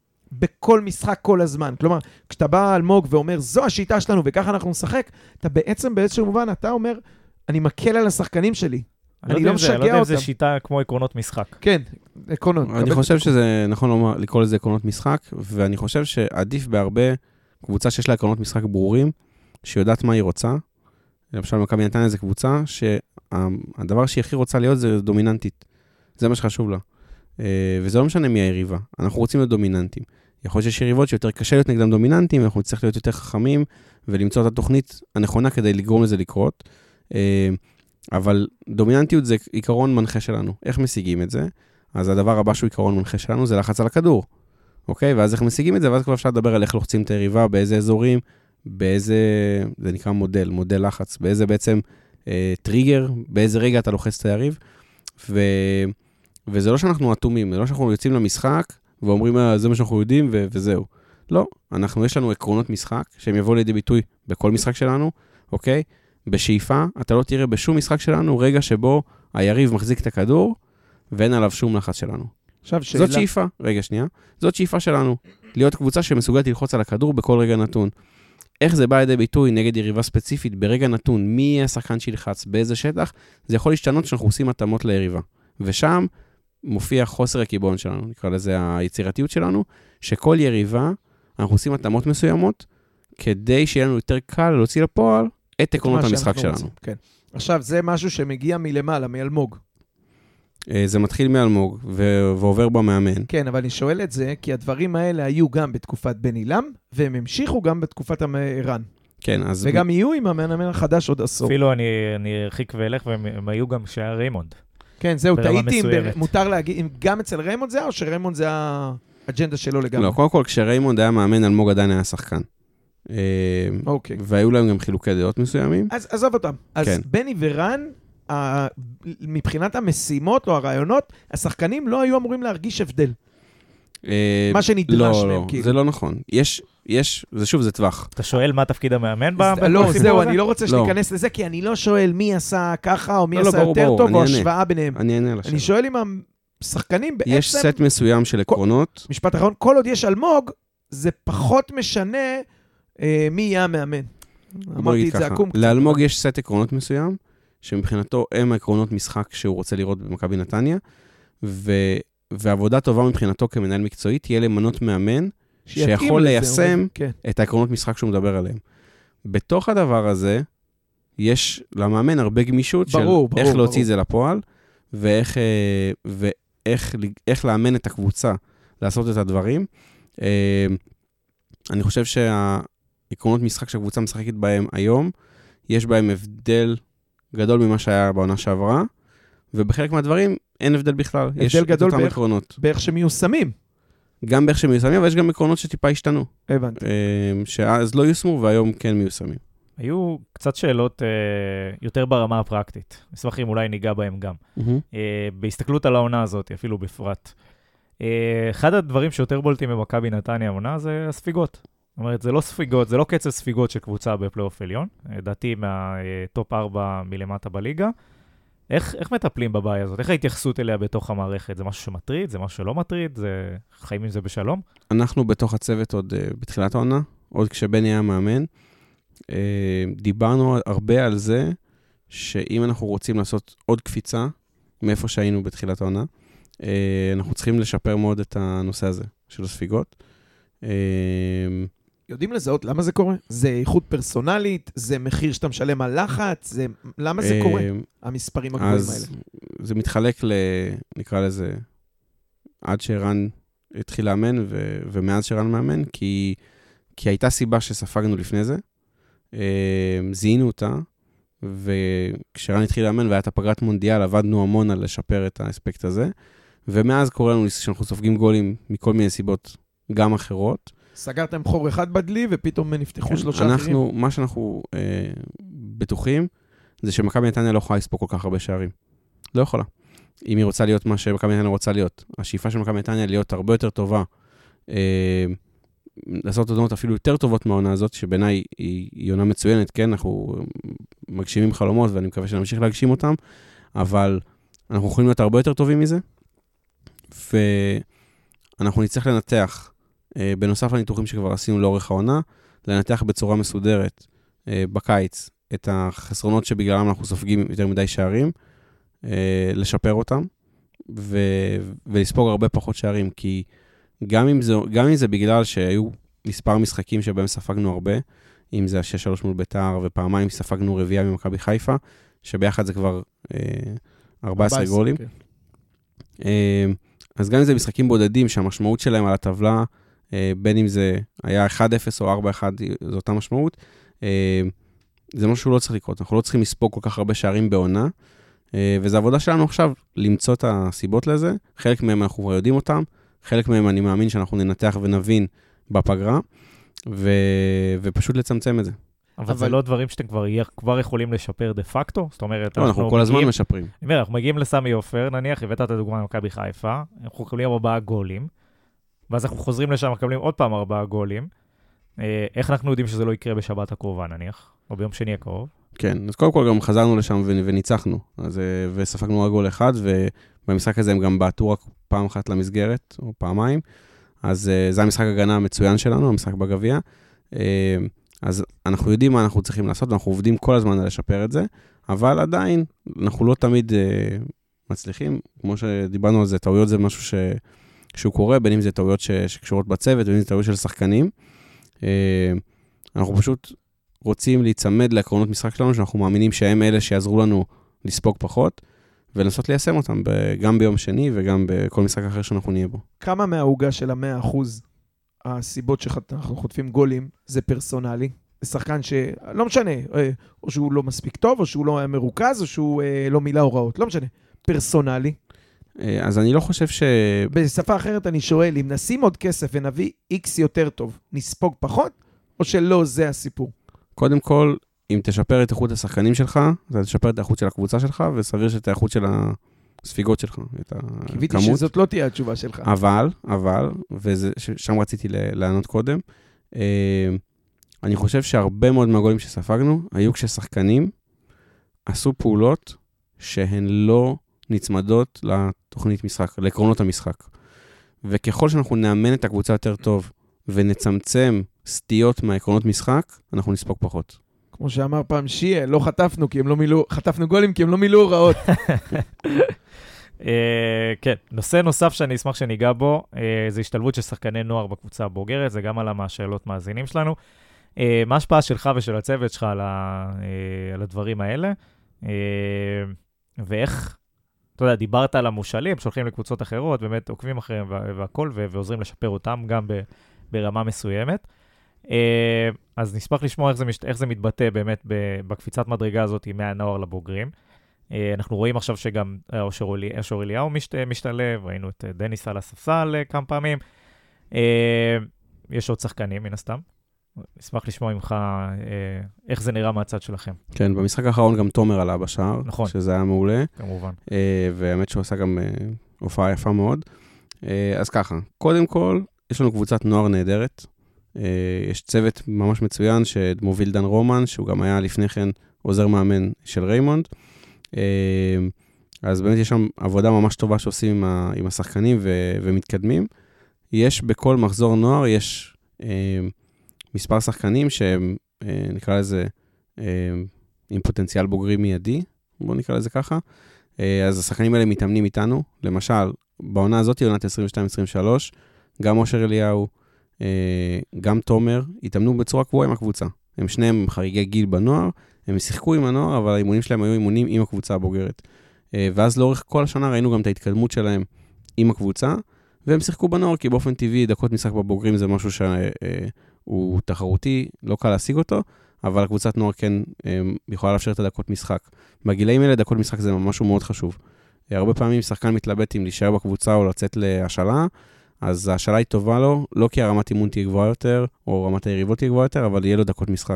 [SPEAKER 3] בכל משחק כל הזמן. כלומר, כשאתה בא על מוג ואומר, זו השיטה שלנו וככה אנחנו נשחק, אתה בעצם באיזשהו מובן, אתה אומר, אני מקל על השחקנים שלי. אני לא משגע אותם.
[SPEAKER 1] אני לא יודע אם זה שיטה כמו עקרונות משחק.
[SPEAKER 3] כן, עקרונות.
[SPEAKER 2] אני חושב שזה נכון לומר, לקרוא לזה עקרונות משחק, ואני חושב שעדיף בהרבה קבוצה שיש לה עקרונות משחק ברורים, שיודעת מה היא רוצה. למשל, מכבי נתניה זה קבוצה שהדבר שהיא הכי רוצה להיות זה דומיננטית. זה מה שחשוב לה. וזה לא משנה מי היריבה. אנחנו רוצים להיות דומיננטים. יכול להיות שיש יריבות שיותר קשה להיות נגדם דומיננטים, אנחנו צריכים להיות יותר חכמים, ולמצוא את התוכנית הנכונה כדי לגרום לזה לקרות. אבל דומיננטיות זה עיקרון מנחה שלנו. איך משיגים את זה? אז הדבר הבא שהוא עיקרון מנחה שלנו זה לחץ על הכדור. אוקיי? ואז איך משיגים את זה? ואז כבר אפשר לדבר על איך לוחצים את היריבה, באיזה אזורים, באיזה, זה נקרא מודל, מודל לחץ, באיזה בעצם אה, טריגר, באיזה רגע אתה לוחץ את היריב, ו, וזה לא שאנחנו אטומים, זה לא שאנחנו יוצאים למשחק, ואומרים, אה, זה מה שאנחנו יודעים, ו, וזהו. לא, אנחנו, יש לנו עקרונות משחק, שהם יבואו לידי ביטוי בכל משחק שלנו, אוקיי? בשאיפה, אתה לא תראה בשום משחק שלנו, רגע שבו היריב מחזיק את הכדור, ואין עליו שום לחץ שלנו.
[SPEAKER 3] עכשיו שאלה.
[SPEAKER 2] זאת שאיפה, רגע שנייה, זאת שאיפה שלנו, להיות קבוצה שמסוגלת ללחוץ על הכדור בכל רגע נתון. איך זה בא לידי ביטוי נגד יריבה ספציפית ברגע נתון, מי יהיה השחקן שילחץ, באיזה שטח, זה יכול להשתנות שאנחנו עושים התאמות ליריבה. ושם מופיע חוסר הקיבעון שלנו, נקרא לזה היצירתיות שלנו, שכל יריבה, אנחנו עושים התאמות מסוימות, כדי שיהיה לנו יותר קל להוציא לפועל את עקרונות המשחק שלנו.
[SPEAKER 3] כן. עכשיו, זה משהו שמגיע מלמעלה, מאלמוג.
[SPEAKER 2] זה מתחיל מאלמוג ו- ועובר במאמן.
[SPEAKER 3] כן, אבל אני שואל את זה, כי הדברים האלה היו גם בתקופת בן אילם, והם המשיכו גם בתקופת ערן.
[SPEAKER 2] כן, אז...
[SPEAKER 3] וגם יהיו עם המאמן החדש עוד עשור.
[SPEAKER 1] אפילו אני, אני ארחיק ואלך, והם היו גם שהיה ריימונד.
[SPEAKER 3] כן, זהו, טעיתי, מותר להגיד, אם גם אצל ריימונד זה, או שריימונד זה האג'נדה שלו לגמרי?
[SPEAKER 2] לא, קודם כל, כשריימונד היה מאמן, אלמוג עדיין היה שחקן.
[SPEAKER 3] אוקיי.
[SPEAKER 2] והיו להם גם חילוקי דעות מסוימים.
[SPEAKER 3] אז עזוב אותם. אז בני ורן, מבחינת המשימות או הרעיונות, השחקנים לא היו אמורים להרגיש הבדל. מה שנדרש מהם.
[SPEAKER 2] לא, זה לא נכון. יש, יש, זה שוב, זה טווח.
[SPEAKER 1] אתה שואל מה תפקיד המאמן?
[SPEAKER 3] לא, זהו, אני לא רוצה שניכנס לזה, כי אני לא שואל מי עשה ככה, או מי עשה יותר טוב, או השוואה ביניהם.
[SPEAKER 2] אני אענה לשאלה.
[SPEAKER 3] אני שואל אם השחקנים בעצם...
[SPEAKER 2] יש סט מסוים של עקרונות.
[SPEAKER 3] משפט אחרון, כל עוד יש אלמוג, זה פחות משנה מי יהיה המאמן. אמרתי את זה עקום קצת.
[SPEAKER 2] לאלמוג יש סט עקרונות מסוים, שמבחינתו הם העקרונות משחק שהוא רוצה לראות במכבי נתניה, ו... ועבודה טובה מבחינתו כמנהל מקצועי תהיה למנות מאמן שיכול ליישם את העקרונות משחק שהוא מדבר עליהם. בתוך הדבר הזה, יש למאמן הרבה גמישות של איך להוציא את זה לפועל, ואיך, ואיך איך לאמן את הקבוצה לעשות את הדברים. אני חושב שהעקרונות משחק שהקבוצה משחקת בהם היום, יש בהם הבדל גדול ממה שהיה בעונה שעברה, ובחלק מהדברים אין הבדל בכלל.
[SPEAKER 3] הבדל גדול באיך, באיך שמיושמים.
[SPEAKER 2] גם באיך שמיושמים, אבל יש גם עקרונות שטיפה השתנו.
[SPEAKER 3] הבנתי.
[SPEAKER 2] שאז לא יושמו והיום כן מיושמים.
[SPEAKER 1] היו קצת שאלות אה, יותר ברמה הפרקטית. נשמח אם אולי ניגע בהם גם. Mm-hmm. אה, בהסתכלות על העונה הזאת, אפילו בפרט. אה, אחד הדברים שיותר בולטים במכבי נתניה העונה זה הספיגות. זאת אומרת, זה לא ספיגות, זה לא קצב ספיגות של קבוצה בפלייאוף עליון. לדעתי מהטופ ארבע מלמטה בליגה. איך, איך מטפלים בבעיה הזאת? איך ההתייחסות אליה בתוך המערכת? זה משהו שמטריד? זה משהו שלא מטריד? זה חיים עם זה בשלום?
[SPEAKER 2] אנחנו בתוך הצוות עוד uh, בתחילת העונה, עוד כשבני היה מאמן, uh, דיברנו הרבה על זה, שאם אנחנו רוצים לעשות עוד קפיצה, מאיפה שהיינו בתחילת העונה, uh, אנחנו צריכים לשפר מאוד את הנושא הזה של הספיגות. Uh,
[SPEAKER 3] יודעים לזהות למה זה קורה? זה איכות פרסונלית? זה מחיר שאתה משלם על לחץ? זה... למה זה קורה? המספרים הגבוהים האלה.
[SPEAKER 2] אז זה מתחלק ל... נקרא לזה, עד שרן התחיל לאמן, ו... ומאז שרן מאמן, כי... כי הייתה סיבה שספגנו לפני זה, זיהינו אותה, וכשרן התחיל לאמן והיה את הפגרת מונדיאל, עבדנו המון על לשפר את האספקט הזה, ומאז קורה לנו שאנחנו סופגים גולים מכל מיני סיבות גם אחרות,
[SPEAKER 3] סגרתם חור אחד בדלי, ופתאום נפתחו
[SPEAKER 2] כן,
[SPEAKER 3] שלושה
[SPEAKER 2] אנחנו,
[SPEAKER 3] אחרים.
[SPEAKER 2] מה שאנחנו אה, בטוחים, זה שמכבי נתניה לא יכולה לספוג כל כך הרבה שערים. לא יכולה. אם היא רוצה להיות מה שמכבי נתניה רוצה להיות. השאיפה של מכבי נתניה להיות הרבה יותר טובה, אה, לעשות עונות אפילו יותר טובות מהעונה הזאת, שבעיניי היא, היא עונה מצוינת, כן? אנחנו מגשימים חלומות, ואני מקווה שנמשיך להגשים אותם, אבל אנחנו יכולים להיות הרבה יותר טובים מזה, ואנחנו נצטרך לנתח, בנוסף לניתוחים שכבר עשינו לאורך העונה, לנתח בצורה מסודרת בקיץ את החסרונות שבגללם אנחנו סופגים יותר מדי שערים, לשפר אותם, ו- ולספוג הרבה פחות שערים, כי גם אם זה, גם אם זה בגלל שהיו מספר משחקים שבהם ספגנו הרבה, אם זה ה-שש שלוש מול ביתר, ופעמיים ספגנו רביעייה ממכבי חיפה, שביחד זה כבר ארבע עשרה גולים. Okay. אז גם אם זה משחקים בודדים, שהמשמעות שלהם על הטבלה, בין אם זה היה אחד אפס או ארבע אחד, זו אותה משמעות, זה משהו שלא צריך לקרות. אנחנו לא צריכים לספוג כל כך הרבה שערים בעונה, וזו עבודה שלנו עכשיו למצוא את הסיבות לזה. חלק מהם אנחנו כבר יודעים אותם, חלק מהם אני מאמין שאנחנו ננתח ונבין בפגרה, ו... ופשוט לצמצם את זה.
[SPEAKER 1] אבל,
[SPEAKER 3] אבל
[SPEAKER 1] זה לא דברים שאתם כבר, כבר יכולים לשפר דה פקטו? זאת אומרת,
[SPEAKER 2] לא, אנחנו כל הזמן
[SPEAKER 1] מגיעים,
[SPEAKER 2] משפרים.
[SPEAKER 1] אני אומר, אנחנו מגיעים לסמי עופר, נניח, הבאת את הדוגמה ממכבי חיפה, אנחנו מקבלים ארבעה גולים, ואז אנחנו חוזרים לשם, מקבלים עוד פעם ארבעה גולים. איך אנחנו יודעים שזה לא יקרה בשבת הקרובה, נניח? או ביום שני הקרוב?
[SPEAKER 2] כן, אז קודם כל גם חזרנו לשם וניצחנו, אז, וספגנו רק גול אחד, ובמשחק הזה הם גם בעטו רק פעם אחת למסגרת, או פעמיים, אז זה המשחק הגנה המצוין שלנו, המשחק בגביע. אז אנחנו יודעים מה אנחנו צריכים לעשות, ואנחנו עובדים כל הזמן על לשפר את זה, אבל עדיין אנחנו לא תמיד מצליחים, כמו שדיברנו על זה, טעויות זה משהו ש... שהוא קורה, בין אם זה טעויות ש... שקשורות בצוות, בין אם זה טעויות של שחקנים. אנחנו פשוט רוצים להיצמד לעקרונות משחק שלנו, שאנחנו מאמינים שהם אלה שיעזרו לנו לספוג פחות, ולנסות ליישם אותם גם ביום שני וגם בכל משחק אחר שאנחנו נהיה בו.
[SPEAKER 3] כמה מההוגה של המאה אחוז הסיבות שאנחנו חוטפים גולים זה פרסונלי? זה שחקן שלא משנה, או שהוא לא מספיק טוב, או שהוא לא היה מרוכז, או שהוא לא מילא הוראות, לא משנה. פרסונלי.
[SPEAKER 2] אז אני לא חושב ש...
[SPEAKER 3] בשפה אחרת אני שואל, אם נשים עוד כסף ונביא איקס יותר טוב, נספוג פחות, או שלא זה הסיפור?
[SPEAKER 2] קודם כל, אם תשפר את איכות השחקנים שלך, אתה תשפר את האיכות של הקבוצה שלך, וסביר שאת האיכות של הספיגות שלך, את הכמות.
[SPEAKER 3] קיוויתי שזאת לא תהיה התשובה שלך.
[SPEAKER 2] אבל, אבל, ושם רציתי לענות קודם, אני חושב שהרבה מאוד מהגולים שספגנו, היו כששחקנים עשו פעולות שהן לא נצמדות לתוכנית משחק, לעקרונות המשחק. וככל שאנחנו נאמן את הקבוצה יותר טוב, ונצמצם סטיות מהעקרונות משחק, אנחנו נספוג פחות.
[SPEAKER 3] כמו שאמר פעם שיה, לא חטפנו, כי הם לא מילאו, חטפנו גולים כי הם לא מילאו הוראות.
[SPEAKER 1] כן, נושא נוסף שאני אשמח שניגע בו, זה השתלבות של שחקני נוער בקבוצה הבוגרת, זה גם עלה מהשאלות מאזינים שלנו. מה ההשפעה שלך ושל הצוות שלך על הדברים האלה? ואיך, אתה יודע, דיברת על המושלים, שולחים לקבוצות אחרות, באמת עוקבים אחריהם והכל, ועוזרים לשפר אותם גם ברמה מסוימת. אז נשמח לשמוע איך זה, איך זה מתבטא באמת בקפיצת מדרגה הזאת מהנוער לבוגרים. אנחנו רואים עכשיו שגם אושר אליהו משתלב, ראינו את דניס על הספסל כמה פעמים. יש עוד שחקנים מן הסתם. נשמח לשמוע ממך איך זה נראה מהצד שלכם.
[SPEAKER 2] כן, במשחק האחרון גם תומר עלה בשער,
[SPEAKER 1] נכון.
[SPEAKER 2] שזה היה מעולה.
[SPEAKER 1] כמובן.
[SPEAKER 2] והאמת שהוא עשה גם הופעה יפה מאוד. אז ככה, קודם כל, יש לנו קבוצת נוער נהדרת. יש צוות ממש מצוין שמוביל דן רומן, שהוא גם היה לפני כן עוזר מאמן של ריימונד. אז באמת יש שם עבודה ממש טובה שעושים עם, ה, עם השחקנים ו, ומתקדמים. יש בכל מחזור נוער, יש אה, מספר שחקנים שהם, אה, נקרא לזה, אה, עם פוטנציאל בוגרי מיידי, בואו נקרא לזה ככה. אה, אז השחקנים האלה מתאמנים איתנו. למשל, בעונה הזאת, עונת עשרים ושתיים עשרים ושלוש, גם אושר אליהו, אה, גם תומר, התאמנו בצורה קבועה עם הקבוצה. הם שניהם חריגי גיל בנוער, הם שיחקו עם הנוער, אבל האימונים שלהם היו אימונים עם הקבוצה הבוגרת. ואז לאורך כל השנה ראינו גם את ההתקדמות שלהם עם הקבוצה, והם שיחקו בנוער, כי באופן טבעי דקות משחק בבוגרים זה משהו שהוא תחרותי, לא קל להשיג אותו, אבל הקבוצת נוער כן יכולה לאפשר את הדקות משחק. בגילאים האלה דקות משחק זה משהו מאוד חשוב. הרבה פעמים שחקן מתלבט אם להישאר בקבוצה או לצאת להשאלה, אז ההשאלה היא טובה לו, לא כי הרמת אימון תהיה גבוהה יותר, או רמת היריבות תהיה גבוהה יותר, אבל יהיה לו דקות משחק.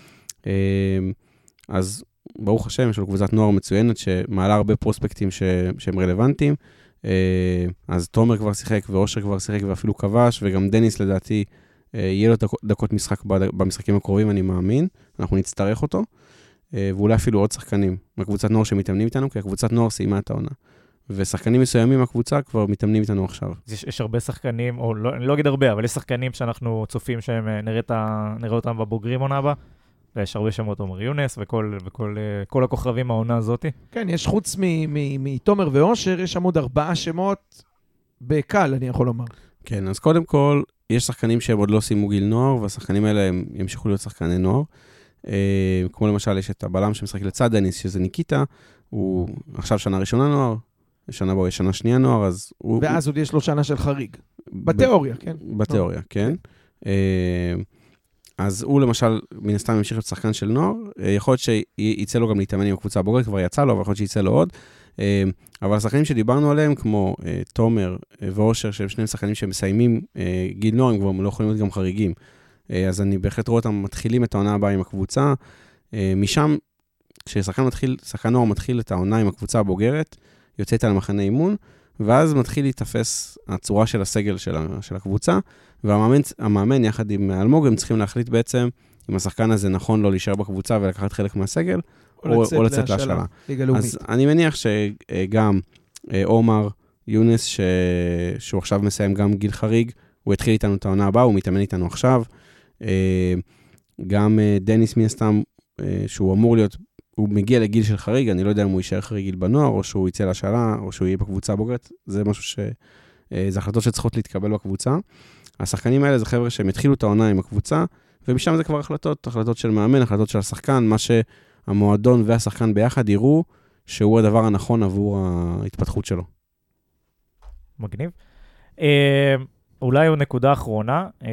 [SPEAKER 2] אז ברוך השם, יש לו קבוצת נוער מצוינת שמעלה הרבה פרוספקטים ש... שהם רלוונטיים. אז תומר כבר שיחק ואושר כבר שיחק ואפילו כבש, וגם דניס לדעתי יהיה לו דקות משחק במשחקים הקרובים, אני מאמין. אנחנו נצטרך אותו, ואולי אפילו עוד שחקנים מהקבוצת נוער שמתאמנים איתנו, כי הקבוצת נוער סיימה את העונה. ושחקנים מסוימים מהקבוצה כבר מתאמנים איתנו עכשיו.
[SPEAKER 1] יש, יש הרבה שחקנים, או לא, אני לא אגיד הרבה, אבל יש שחקנים שאנחנו צופים שהם נראה, נראה אותם בבוגרים עונה הבאה. יש הרבה שמות, עומר יונס וכל, וכל, כל הכוכבים העונה הזאת.
[SPEAKER 3] כן, יש חוץ מתומר ואושר, יש שם עוד ארבעה שמות בקל, אני יכול לומר.
[SPEAKER 2] כן, אז קודם כל, יש שחקנים שהם עוד לא סיימו גיל נוער, והשחקנים האלה הם ימשיכו להיות שחקני נוער. אה, כמו למשל, יש את הבלם שמשחק לצד דניס, שזה ניקיטה, הוא עכשיו שנה ראשונה נוער, שנה בו יש שנה שנייה נוער, אז הוא...
[SPEAKER 3] ואז עוד יש לו שנה של חריג. בתיאוריה, כן?
[SPEAKER 2] בתיאוריה, כן. אה, אז הוא למשל, מן הסתם ימשיך להיות שחקן של נוער, יכול להיות שיצא לו גם להתאמן עם הקבוצה הבוגרת, כבר יצא לו, אבל יכול להיות שיצא לו עוד. אבל השחקנים שדיברנו עליהם, כמו תומר ואושר, שהם שני שחקנים שמסיימים גיל נוער, הם כבר לא יכולים להיות גם חריגים. אז אני בהחלט רואה אותם מתחילים את העונה הבאה עם הקבוצה. משם, כששחקן מתחיל, שחקן נוער מתחיל את העונה עם הקבוצה הבוגרת, יוצאת על מחנה אימון, ואז מתחיל להתאפס הצורה של הסגל של, של הקבוצה, והמאמן המאמן, יחד עם אלמוג, הם צריכים להחליט בעצם אם השחקן הזה נכון לו להישאר בקבוצה ולקחת חלק מהסגל, או, או, או לצאת להשאלה. אז אני מניח שגם עומר יונס, ש... שהוא עכשיו מסיים גם גיל חריג, הוא התחיל איתנו את העונה הבאה, הוא מתאמן איתנו עכשיו. גם דניס מיסטם, שהוא אמור להיות, הוא מגיע לגיל של חריג, אני לא יודע אם הוא יישאר חריג גיל בנוער, או שהוא יצא להשאלה, או שהוא יהיה בקבוצה הבוגרת, זה משהו ש... זה החלטות שצריכות להתקבל בקבוצה. השחקנים האלה זה חבר'ה שהם התחילו את העונה עם הקבוצה, ומשם זה כבר החלטות, החלטות של מאמן, החלטות של השחקן, מה שהמועדון והשחקן ביחד יראו, שהוא הדבר הנכון עבור ההתפתחות שלו.
[SPEAKER 1] מגניב. אה, אולי עוד נקודה אחרונה, אה,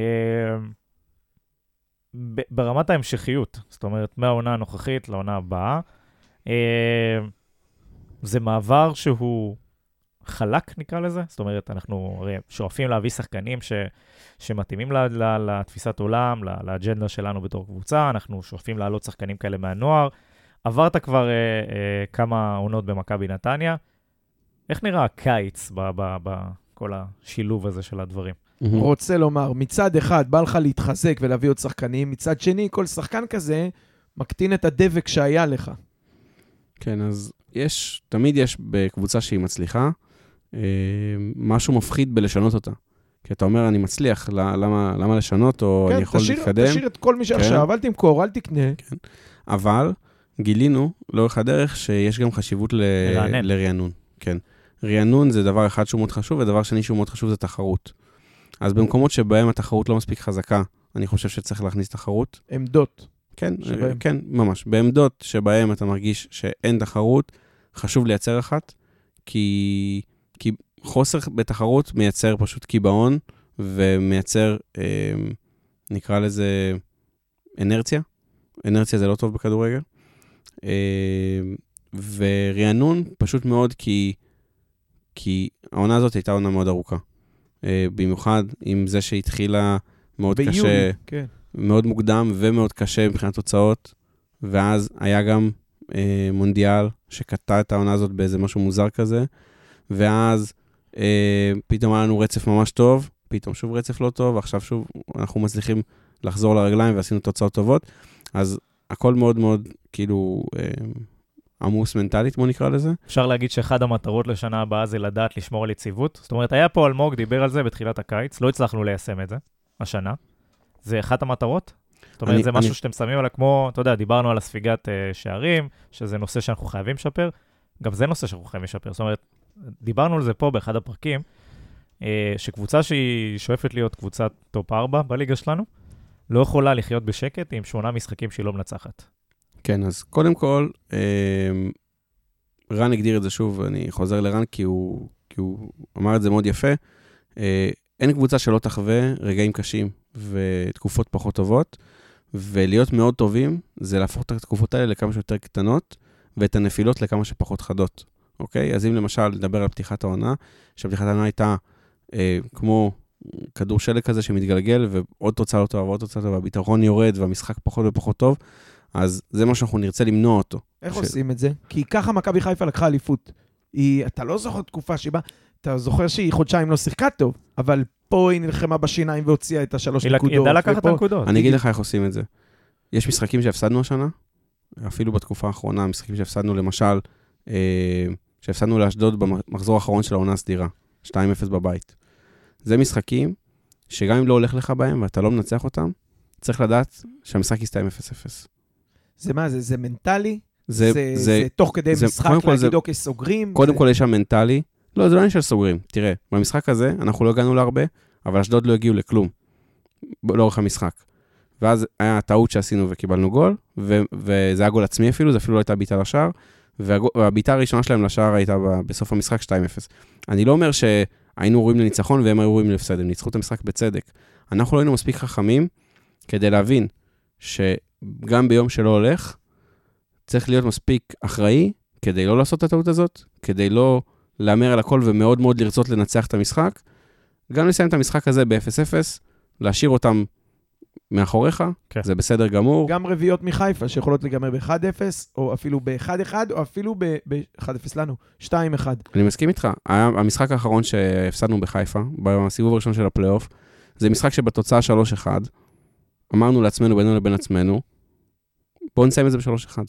[SPEAKER 1] ברמת ההמשכיות, זאת אומרת, מהעונה הנוכחית לעונה הבאה, אה, זה מעבר שהוא חלק, נקרא לזה, זאת אומרת, אנחנו הרי שואפים להביא שחקנים ש, שמתאימים לה, לה, לתפיסת עולם, לה, לאג'נדה שלנו בתור קבוצה, אנחנו שואפים להעלות שחקנים כאלה מהנוער, עברת כבר אה, אה, כמה עונות במכבי נתניה, איך נראה הקיץ בכל השילוב הזה של הדברים?
[SPEAKER 3] רוצה לומר, מצד אחד בא לך להתחזק ולהביא עוד שחקנים, מצד שני, כל שחקן כזה מקטין את הדבק שהיה לך.
[SPEAKER 2] כן, אז יש, תמיד יש בקבוצה שהיא מצליחה, משהו מפחיד בלשנות אותה. כי אתה אומר, אני מצליח, למה, למה לשנות, או
[SPEAKER 3] כן,
[SPEAKER 2] אני יכול
[SPEAKER 3] תשאיר,
[SPEAKER 2] להתקדם?
[SPEAKER 3] תשאיר את כל מי שעכשיו, כן. אל תמכור, אל תקנה.
[SPEAKER 2] כן. אבל גילינו, לאורך הדרך, שיש גם חשיבות ל... לרענון. כן. רענון זה דבר אחד שהוא מאוד חשוב, ודבר שני שהוא מאוד חשוב זה תחרות. אז במקומות שבהם התחרות לא מספיק חזקה, אני חושב שצריך להכניס תחרות.
[SPEAKER 3] עמדות.
[SPEAKER 2] כן, שבהם. כן, ממש. בעמדות שבהם אתה מרגיש שאין תחרות, חשוב לייצר אחת, כי, כי חוסר בתחרות מייצר פשוט קיבעון, ומייצר, אה, נקרא לזה, אנרציה. אנרציה זה לא טוב בכדורגל. אה, ורענון פשוט מאוד, כי, כי העונה הזאת הייתה עונה מאוד ארוכה. אה, במיוחד עם זה שהתחילה מאוד ביולי, קשה,
[SPEAKER 3] כן.
[SPEAKER 2] מאוד מוקדם ומאוד קשה מבחינת תוצאות, ואז היה גם אה, מונדיאל שקטע את העונה הזאת באיזה משהו מוזר כזה, ואז אה, פתאום היה לנו רצף ממש טוב, פתאום שוב רצף לא טוב, ועכשיו שוב אנחנו מצליחים לחזור לרגליים ועשינו תוצאות טובות, אז הכל מאוד מאוד כאילו אה, עמוס מנטלית, בוא נקרא לזה.
[SPEAKER 1] אפשר להגיד שאחד המטרות לשנה הבאה זה לדעת לשמור על יציבות, זאת אומרת, היה פה אלמוג, דיבר על זה בתחילת הקיץ, לא הצלחנו ליישם את זה, השנה. זה אחת המטרות? זאת אומרת, אני, זה משהו אני... שאתם שמים עליו כמו, אתה יודע, דיברנו על הספיגת uh, שערים, שזה נושא שאנחנו חייבים לשפר, גם זה נושא שאנחנו חייבים לשפר. זאת אומרת, דיברנו על זה פה באחד הפרקים, uh, שקבוצה שהיא שואפת להיות קבוצת טופ ארבע בליגה שלנו, לא יכולה לחיות בשקט עם שמונה משחקים שהיא לא מנצחת.
[SPEAKER 2] כן, אז קודם כל, אה, רן הגדיר את זה שוב, אני חוזר לרן כי הוא, כי הוא אמר את זה מאוד יפה, אה, אין קבוצה שלא תחווה רגעים קשים ותקופות פחות טובות, ולהיות מאוד טובים זה להפוך את התקופות האלה לכמה שיותר קטנות, ואת הנפילות לכמה שפחות חדות, אוקיי? אז אם למשל לדבר על פתיחת העונה, שפתיחת העונה הייתה אה, כמו כדור שלג כזה שמתגלגל, ועוד תוצאה לא טובה ועוד תוצאה טובה, והביטחון יורד והמשחק פחות ופחות טוב, אז זה מה שאנחנו נרצה למנוע אותו.
[SPEAKER 3] איך ש... עושים את זה? כי ככה מכבי חיפה לקחה אליפות. היא, אתה לא זוכר תקופה שבה, אתה זוכר שהיא חודשיים לא שיחקה טוב, אבל פה היא נלחמה בשיניים והוציאה את השלוש נקודות.
[SPEAKER 1] היא ידעה לקחת את הנקודות.
[SPEAKER 2] אני אגיד לך איך עושים את זה. יש משחקים שהפסדנו השנה, אפילו בתקופה האחרונה, משחקים שהפסדנו למשל, אה, שהפסדנו לאשדוד במחזור האחרון של העונה הסדירה, שתיים אפס בבית. זה משחקים שגם אם לא הולך לך בהם ואתה לא מנצח אותם, צריך לדעת שהמשחק יסתיים אפס אפס.
[SPEAKER 3] זה מה? זה, זה מנטלי?
[SPEAKER 2] זה,
[SPEAKER 3] זה,
[SPEAKER 2] זה,
[SPEAKER 3] זה תוך כדי
[SPEAKER 2] זה,
[SPEAKER 3] משחק להגיד אוקיי סוגרים?
[SPEAKER 2] קודם
[SPEAKER 3] זה... כל
[SPEAKER 2] יש שם מנטלי. לא, זה לא נשאר סוגרים. תראה, במשחק הזה אנחנו לא הגענו להרבה, אבל אשדוד לא הגיעו לכלום לאורך המשחק. ואז היה טעות שעשינו וקיבלנו גול, ו- וזה היה גול עצמי אפילו, זה אפילו לא הייתה ביתה לשער, והביתה הראשונה שלהם לשער הייתה בסוף המשחק שתיים אפס. אני לא אומר שהיינו רואים לניצחון והם היו רואים להפסד, הם ניצחו את המשחק בצדק. אנחנו לא היינו מספיק חכמים כדי להבין שגם ביום שלא הולך, צריך להיות מספיק אחראי כדי לא לעשות את הטעות הזאת, כדי לא לאמר על הכל ומאוד מאוד לרצות לנצח את המשחק, גם לסיים את המשחק הזה ב-אפס אפס, להשאיר אותם מאחוריך,
[SPEAKER 1] כן.
[SPEAKER 2] זה בסדר גמור.
[SPEAKER 3] גם רביעיות מחיפה שיכולות להיגמר ב-אחד אפס, או אפילו ב-אחד אחד, או אפילו ב-אחד אפס לנו, שתיים אחד.
[SPEAKER 2] אני מסכים איתך. המשחק האחרון שהפסדנו בחיפה, בסיבוב הראשון של הפלייאוף, זה משחק שבתוצאה שלוש אחד, אמרנו לעצמנו, בינינו לבין עצמנו, בואו נסיים את זה ב-שלוש אחד.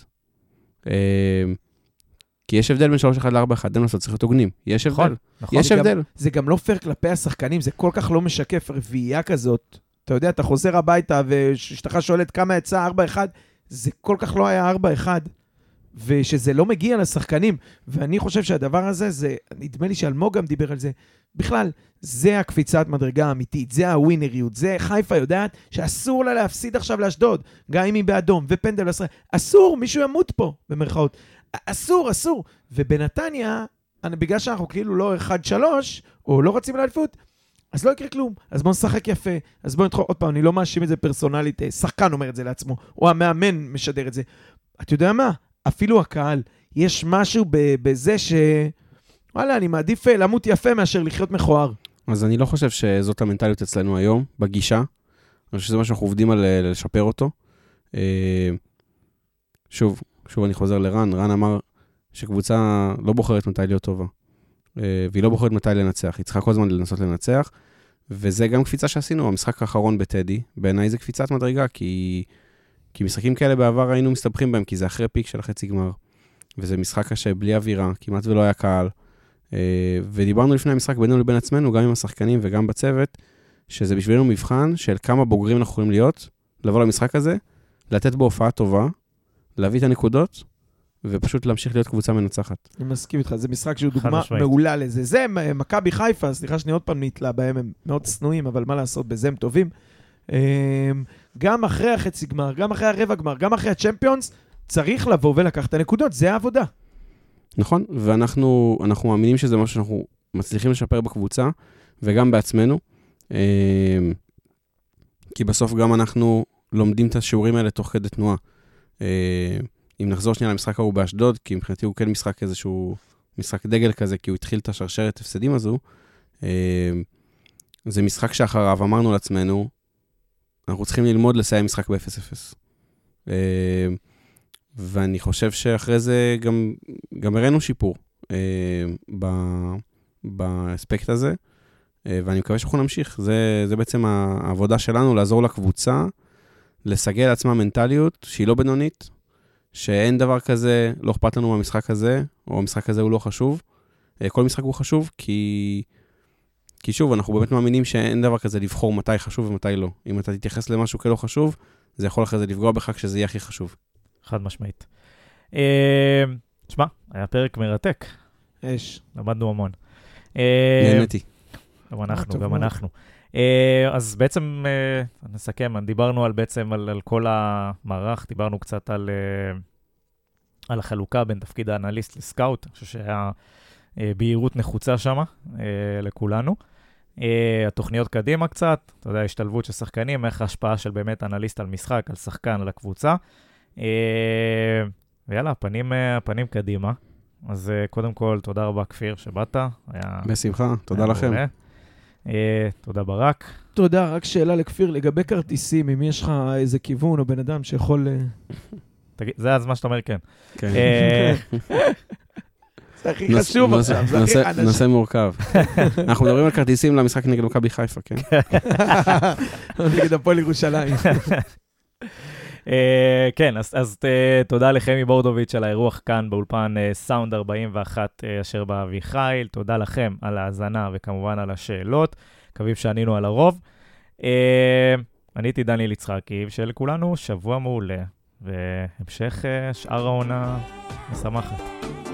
[SPEAKER 2] כי יש הבדל בין שלוש אחד ל-ארבע אחד, אין צריך להיות הוגנים. יש הבדל.
[SPEAKER 1] נכון.
[SPEAKER 2] יש הבדל.
[SPEAKER 3] זה גם לא פייר כלפי השחקנים, זה כל כך לא משקף רביעייה כזאת. אתה יודע, אתה חוזר הביתה, ושאשתך שואלת כמה יצא ארבע אחד, זה כל כך לא היה ארבע אחד, ושזה לא מגיע לשחקנים. ואני חושב שהדבר הזה, זה, נדמה לי שאלמוג גם דיבר על זה, בכלל, זה הקפיצת מדרגה האמיתית, זה הווינריות, זה חיפה יודעת שאסור לה להפסיד עכשיו לאשדוד, גם אם היא באדום, ופנדל עשרה, אסור, מישהו ימות פה, במרכאות. אסור, אסור. ובנתניה, בגלל שאנחנו כאילו לא אחד שלוש, או לא רצים לאליפות, אז לא יקרה כלום. אז בואו נשחק יפה. אז בואו נדחו, עוד פעם, אני לא מאשים את זה פרסונלית, שחקן אומר את זה לעצמו, או המאמן משדר את זה. אתה יודע מה? אפילו הקהל, יש משהו בזה ש... וואלה, אני מעדיף למות יפה מאשר לחיות מכוער.
[SPEAKER 2] אז אני לא חושב שזאת המנטליות אצלנו היום, בגישה. אני חושב שזה מה שאנחנו עובדים על לשפר אותו. שוב, שוב אני חוזר לרן. רן אמר שקבוצה לא בוחרת מתי להיות טובה. והיא לא בוחרת מתי לנצח. היא צריכה כל הזמן לנסות לנצח. וזה גם קפיצה שעשינו. המשחק האחרון בטדי, בעיניי זה קפיצת מדרגה, כי, כי משחקים כאלה בעבר היינו מסתבכים בהם, כי זה אחרי פיק של החצי גמר. וזה משחק קשה, בלי אווירה, כמעט ולא היה קהל. ודיברנו לפני המשחק בינינו לבין עצמנו, גם עם השחקנים וגם בצוות, שזה בשבילנו מבחן של כמה בוגרים אנחנו יכולים להיות, לבוא למשחק הזה, לתת בו הופעה טובה, להביא את הנקודות, ופשוט להמשיך להיות קבוצה מנצחת.
[SPEAKER 3] אני מסכים איתך, זה משחק שהוא דוגמה מעולה לזה. זה מכבי חיפה, סליחה שאני עוד פעם נתלה בהם, הם מאוד סנויים, אבל מה לעשות, בזה הם טובים. גם אחרי החצי גמר, גם אחרי הרבע גמר, גם אחרי הצ'מפיונס, צריך לבוא ולקח את הנקודות, זה העבודה.
[SPEAKER 2] נכון, ואנחנו אנחנו מאמינים שזה משהו שאנחנו מצליחים לשפר בקבוצה, וגם בעצמנו, כי בסוף גם אנחנו לומדים את השיעורים האלה תוך כדי תנועה. אם נחזור שנייה למשחק ההוא באשדוד, כי מבחינתי הוא כן משחק איזשהו, משחק דגל כזה, כי הוא התחיל את השרשרת הפסדים הזו, זה משחק שאחריו אמרנו לעצמנו, אנחנו צריכים ללמוד לסיים משחק ב-אפס אפס. ואני חושב שאחרי זה גם, גם הראינו שיפור ב, באספקט הזה, ואני מקווה שאנחנו נמשיך. זה, זה בעצם העבודה שלנו, לעזור לקבוצה, לסגל לעצמה מנטליות שהיא לא בינונית, שאין דבר כזה, לא אכפת לנו מהמשחק הזה, או המשחק הזה הוא לא חשוב. כל משחק הוא חשוב, כי, כי שוב, אנחנו באמת מאמינים שאין דבר כזה לבחור מתי חשוב ומתי לא. אם אתה תתייחס למשהו כלא חשוב, זה יכול אחרי זה לפגוע בך כשזה יהיה הכי חשוב.
[SPEAKER 1] חד משמעית. תשמע, היה פרק מרתק.
[SPEAKER 3] יש.
[SPEAKER 1] למדנו המון.
[SPEAKER 2] נהנתי.
[SPEAKER 1] גם אנחנו, גם אנחנו. אז בעצם נסכם, דיברנו על בעצם על, על כל המערך, דיברנו קצת על, על החלוקה בין תפקיד האנליסט לסקאוט, אני חושב שהיה בהירות נחוצה שם לכולנו. התוכניות קדימה קצת, אתה יודע, השתלבות של שחקנים, איך ההשפעה של באמת אנליסט על משחק, על שחקן, על הקבוצה. ויאללה, הפנים, הפנים קדימה. אז קודם כל, תודה רבה כפיר שבאת.
[SPEAKER 2] בשמחה, תודה לכם.
[SPEAKER 1] תודה ברק.
[SPEAKER 3] תודה, רק שאלה לכפיר, לגבי כרטיסים, אם יש לך איזה כיוון או בן אדם שיכול...
[SPEAKER 1] זה הזמן שאתה אומר כן.
[SPEAKER 2] כן.
[SPEAKER 3] זה הכי חשוב עכשיו, זה הכי אנשים.
[SPEAKER 2] נושא מורכב. אנחנו מדברים על כרטיסים למשחק נגד מכבי חיפה, כן?
[SPEAKER 3] נגד הפועל ירושלים.
[SPEAKER 1] כן, אז תודה לחמי בורדוביץ' על האירוח כאן באולפן סאונד ארבעים ואחת אשר באביחיל. תודה לכם על ההאזנה וכמובן על השאלות. מקווים שענינו על הרוב. אני הייתי דניאל יצחקי, ושלכולנו שבוע מעולה, והמשך שאר העונה משמחת.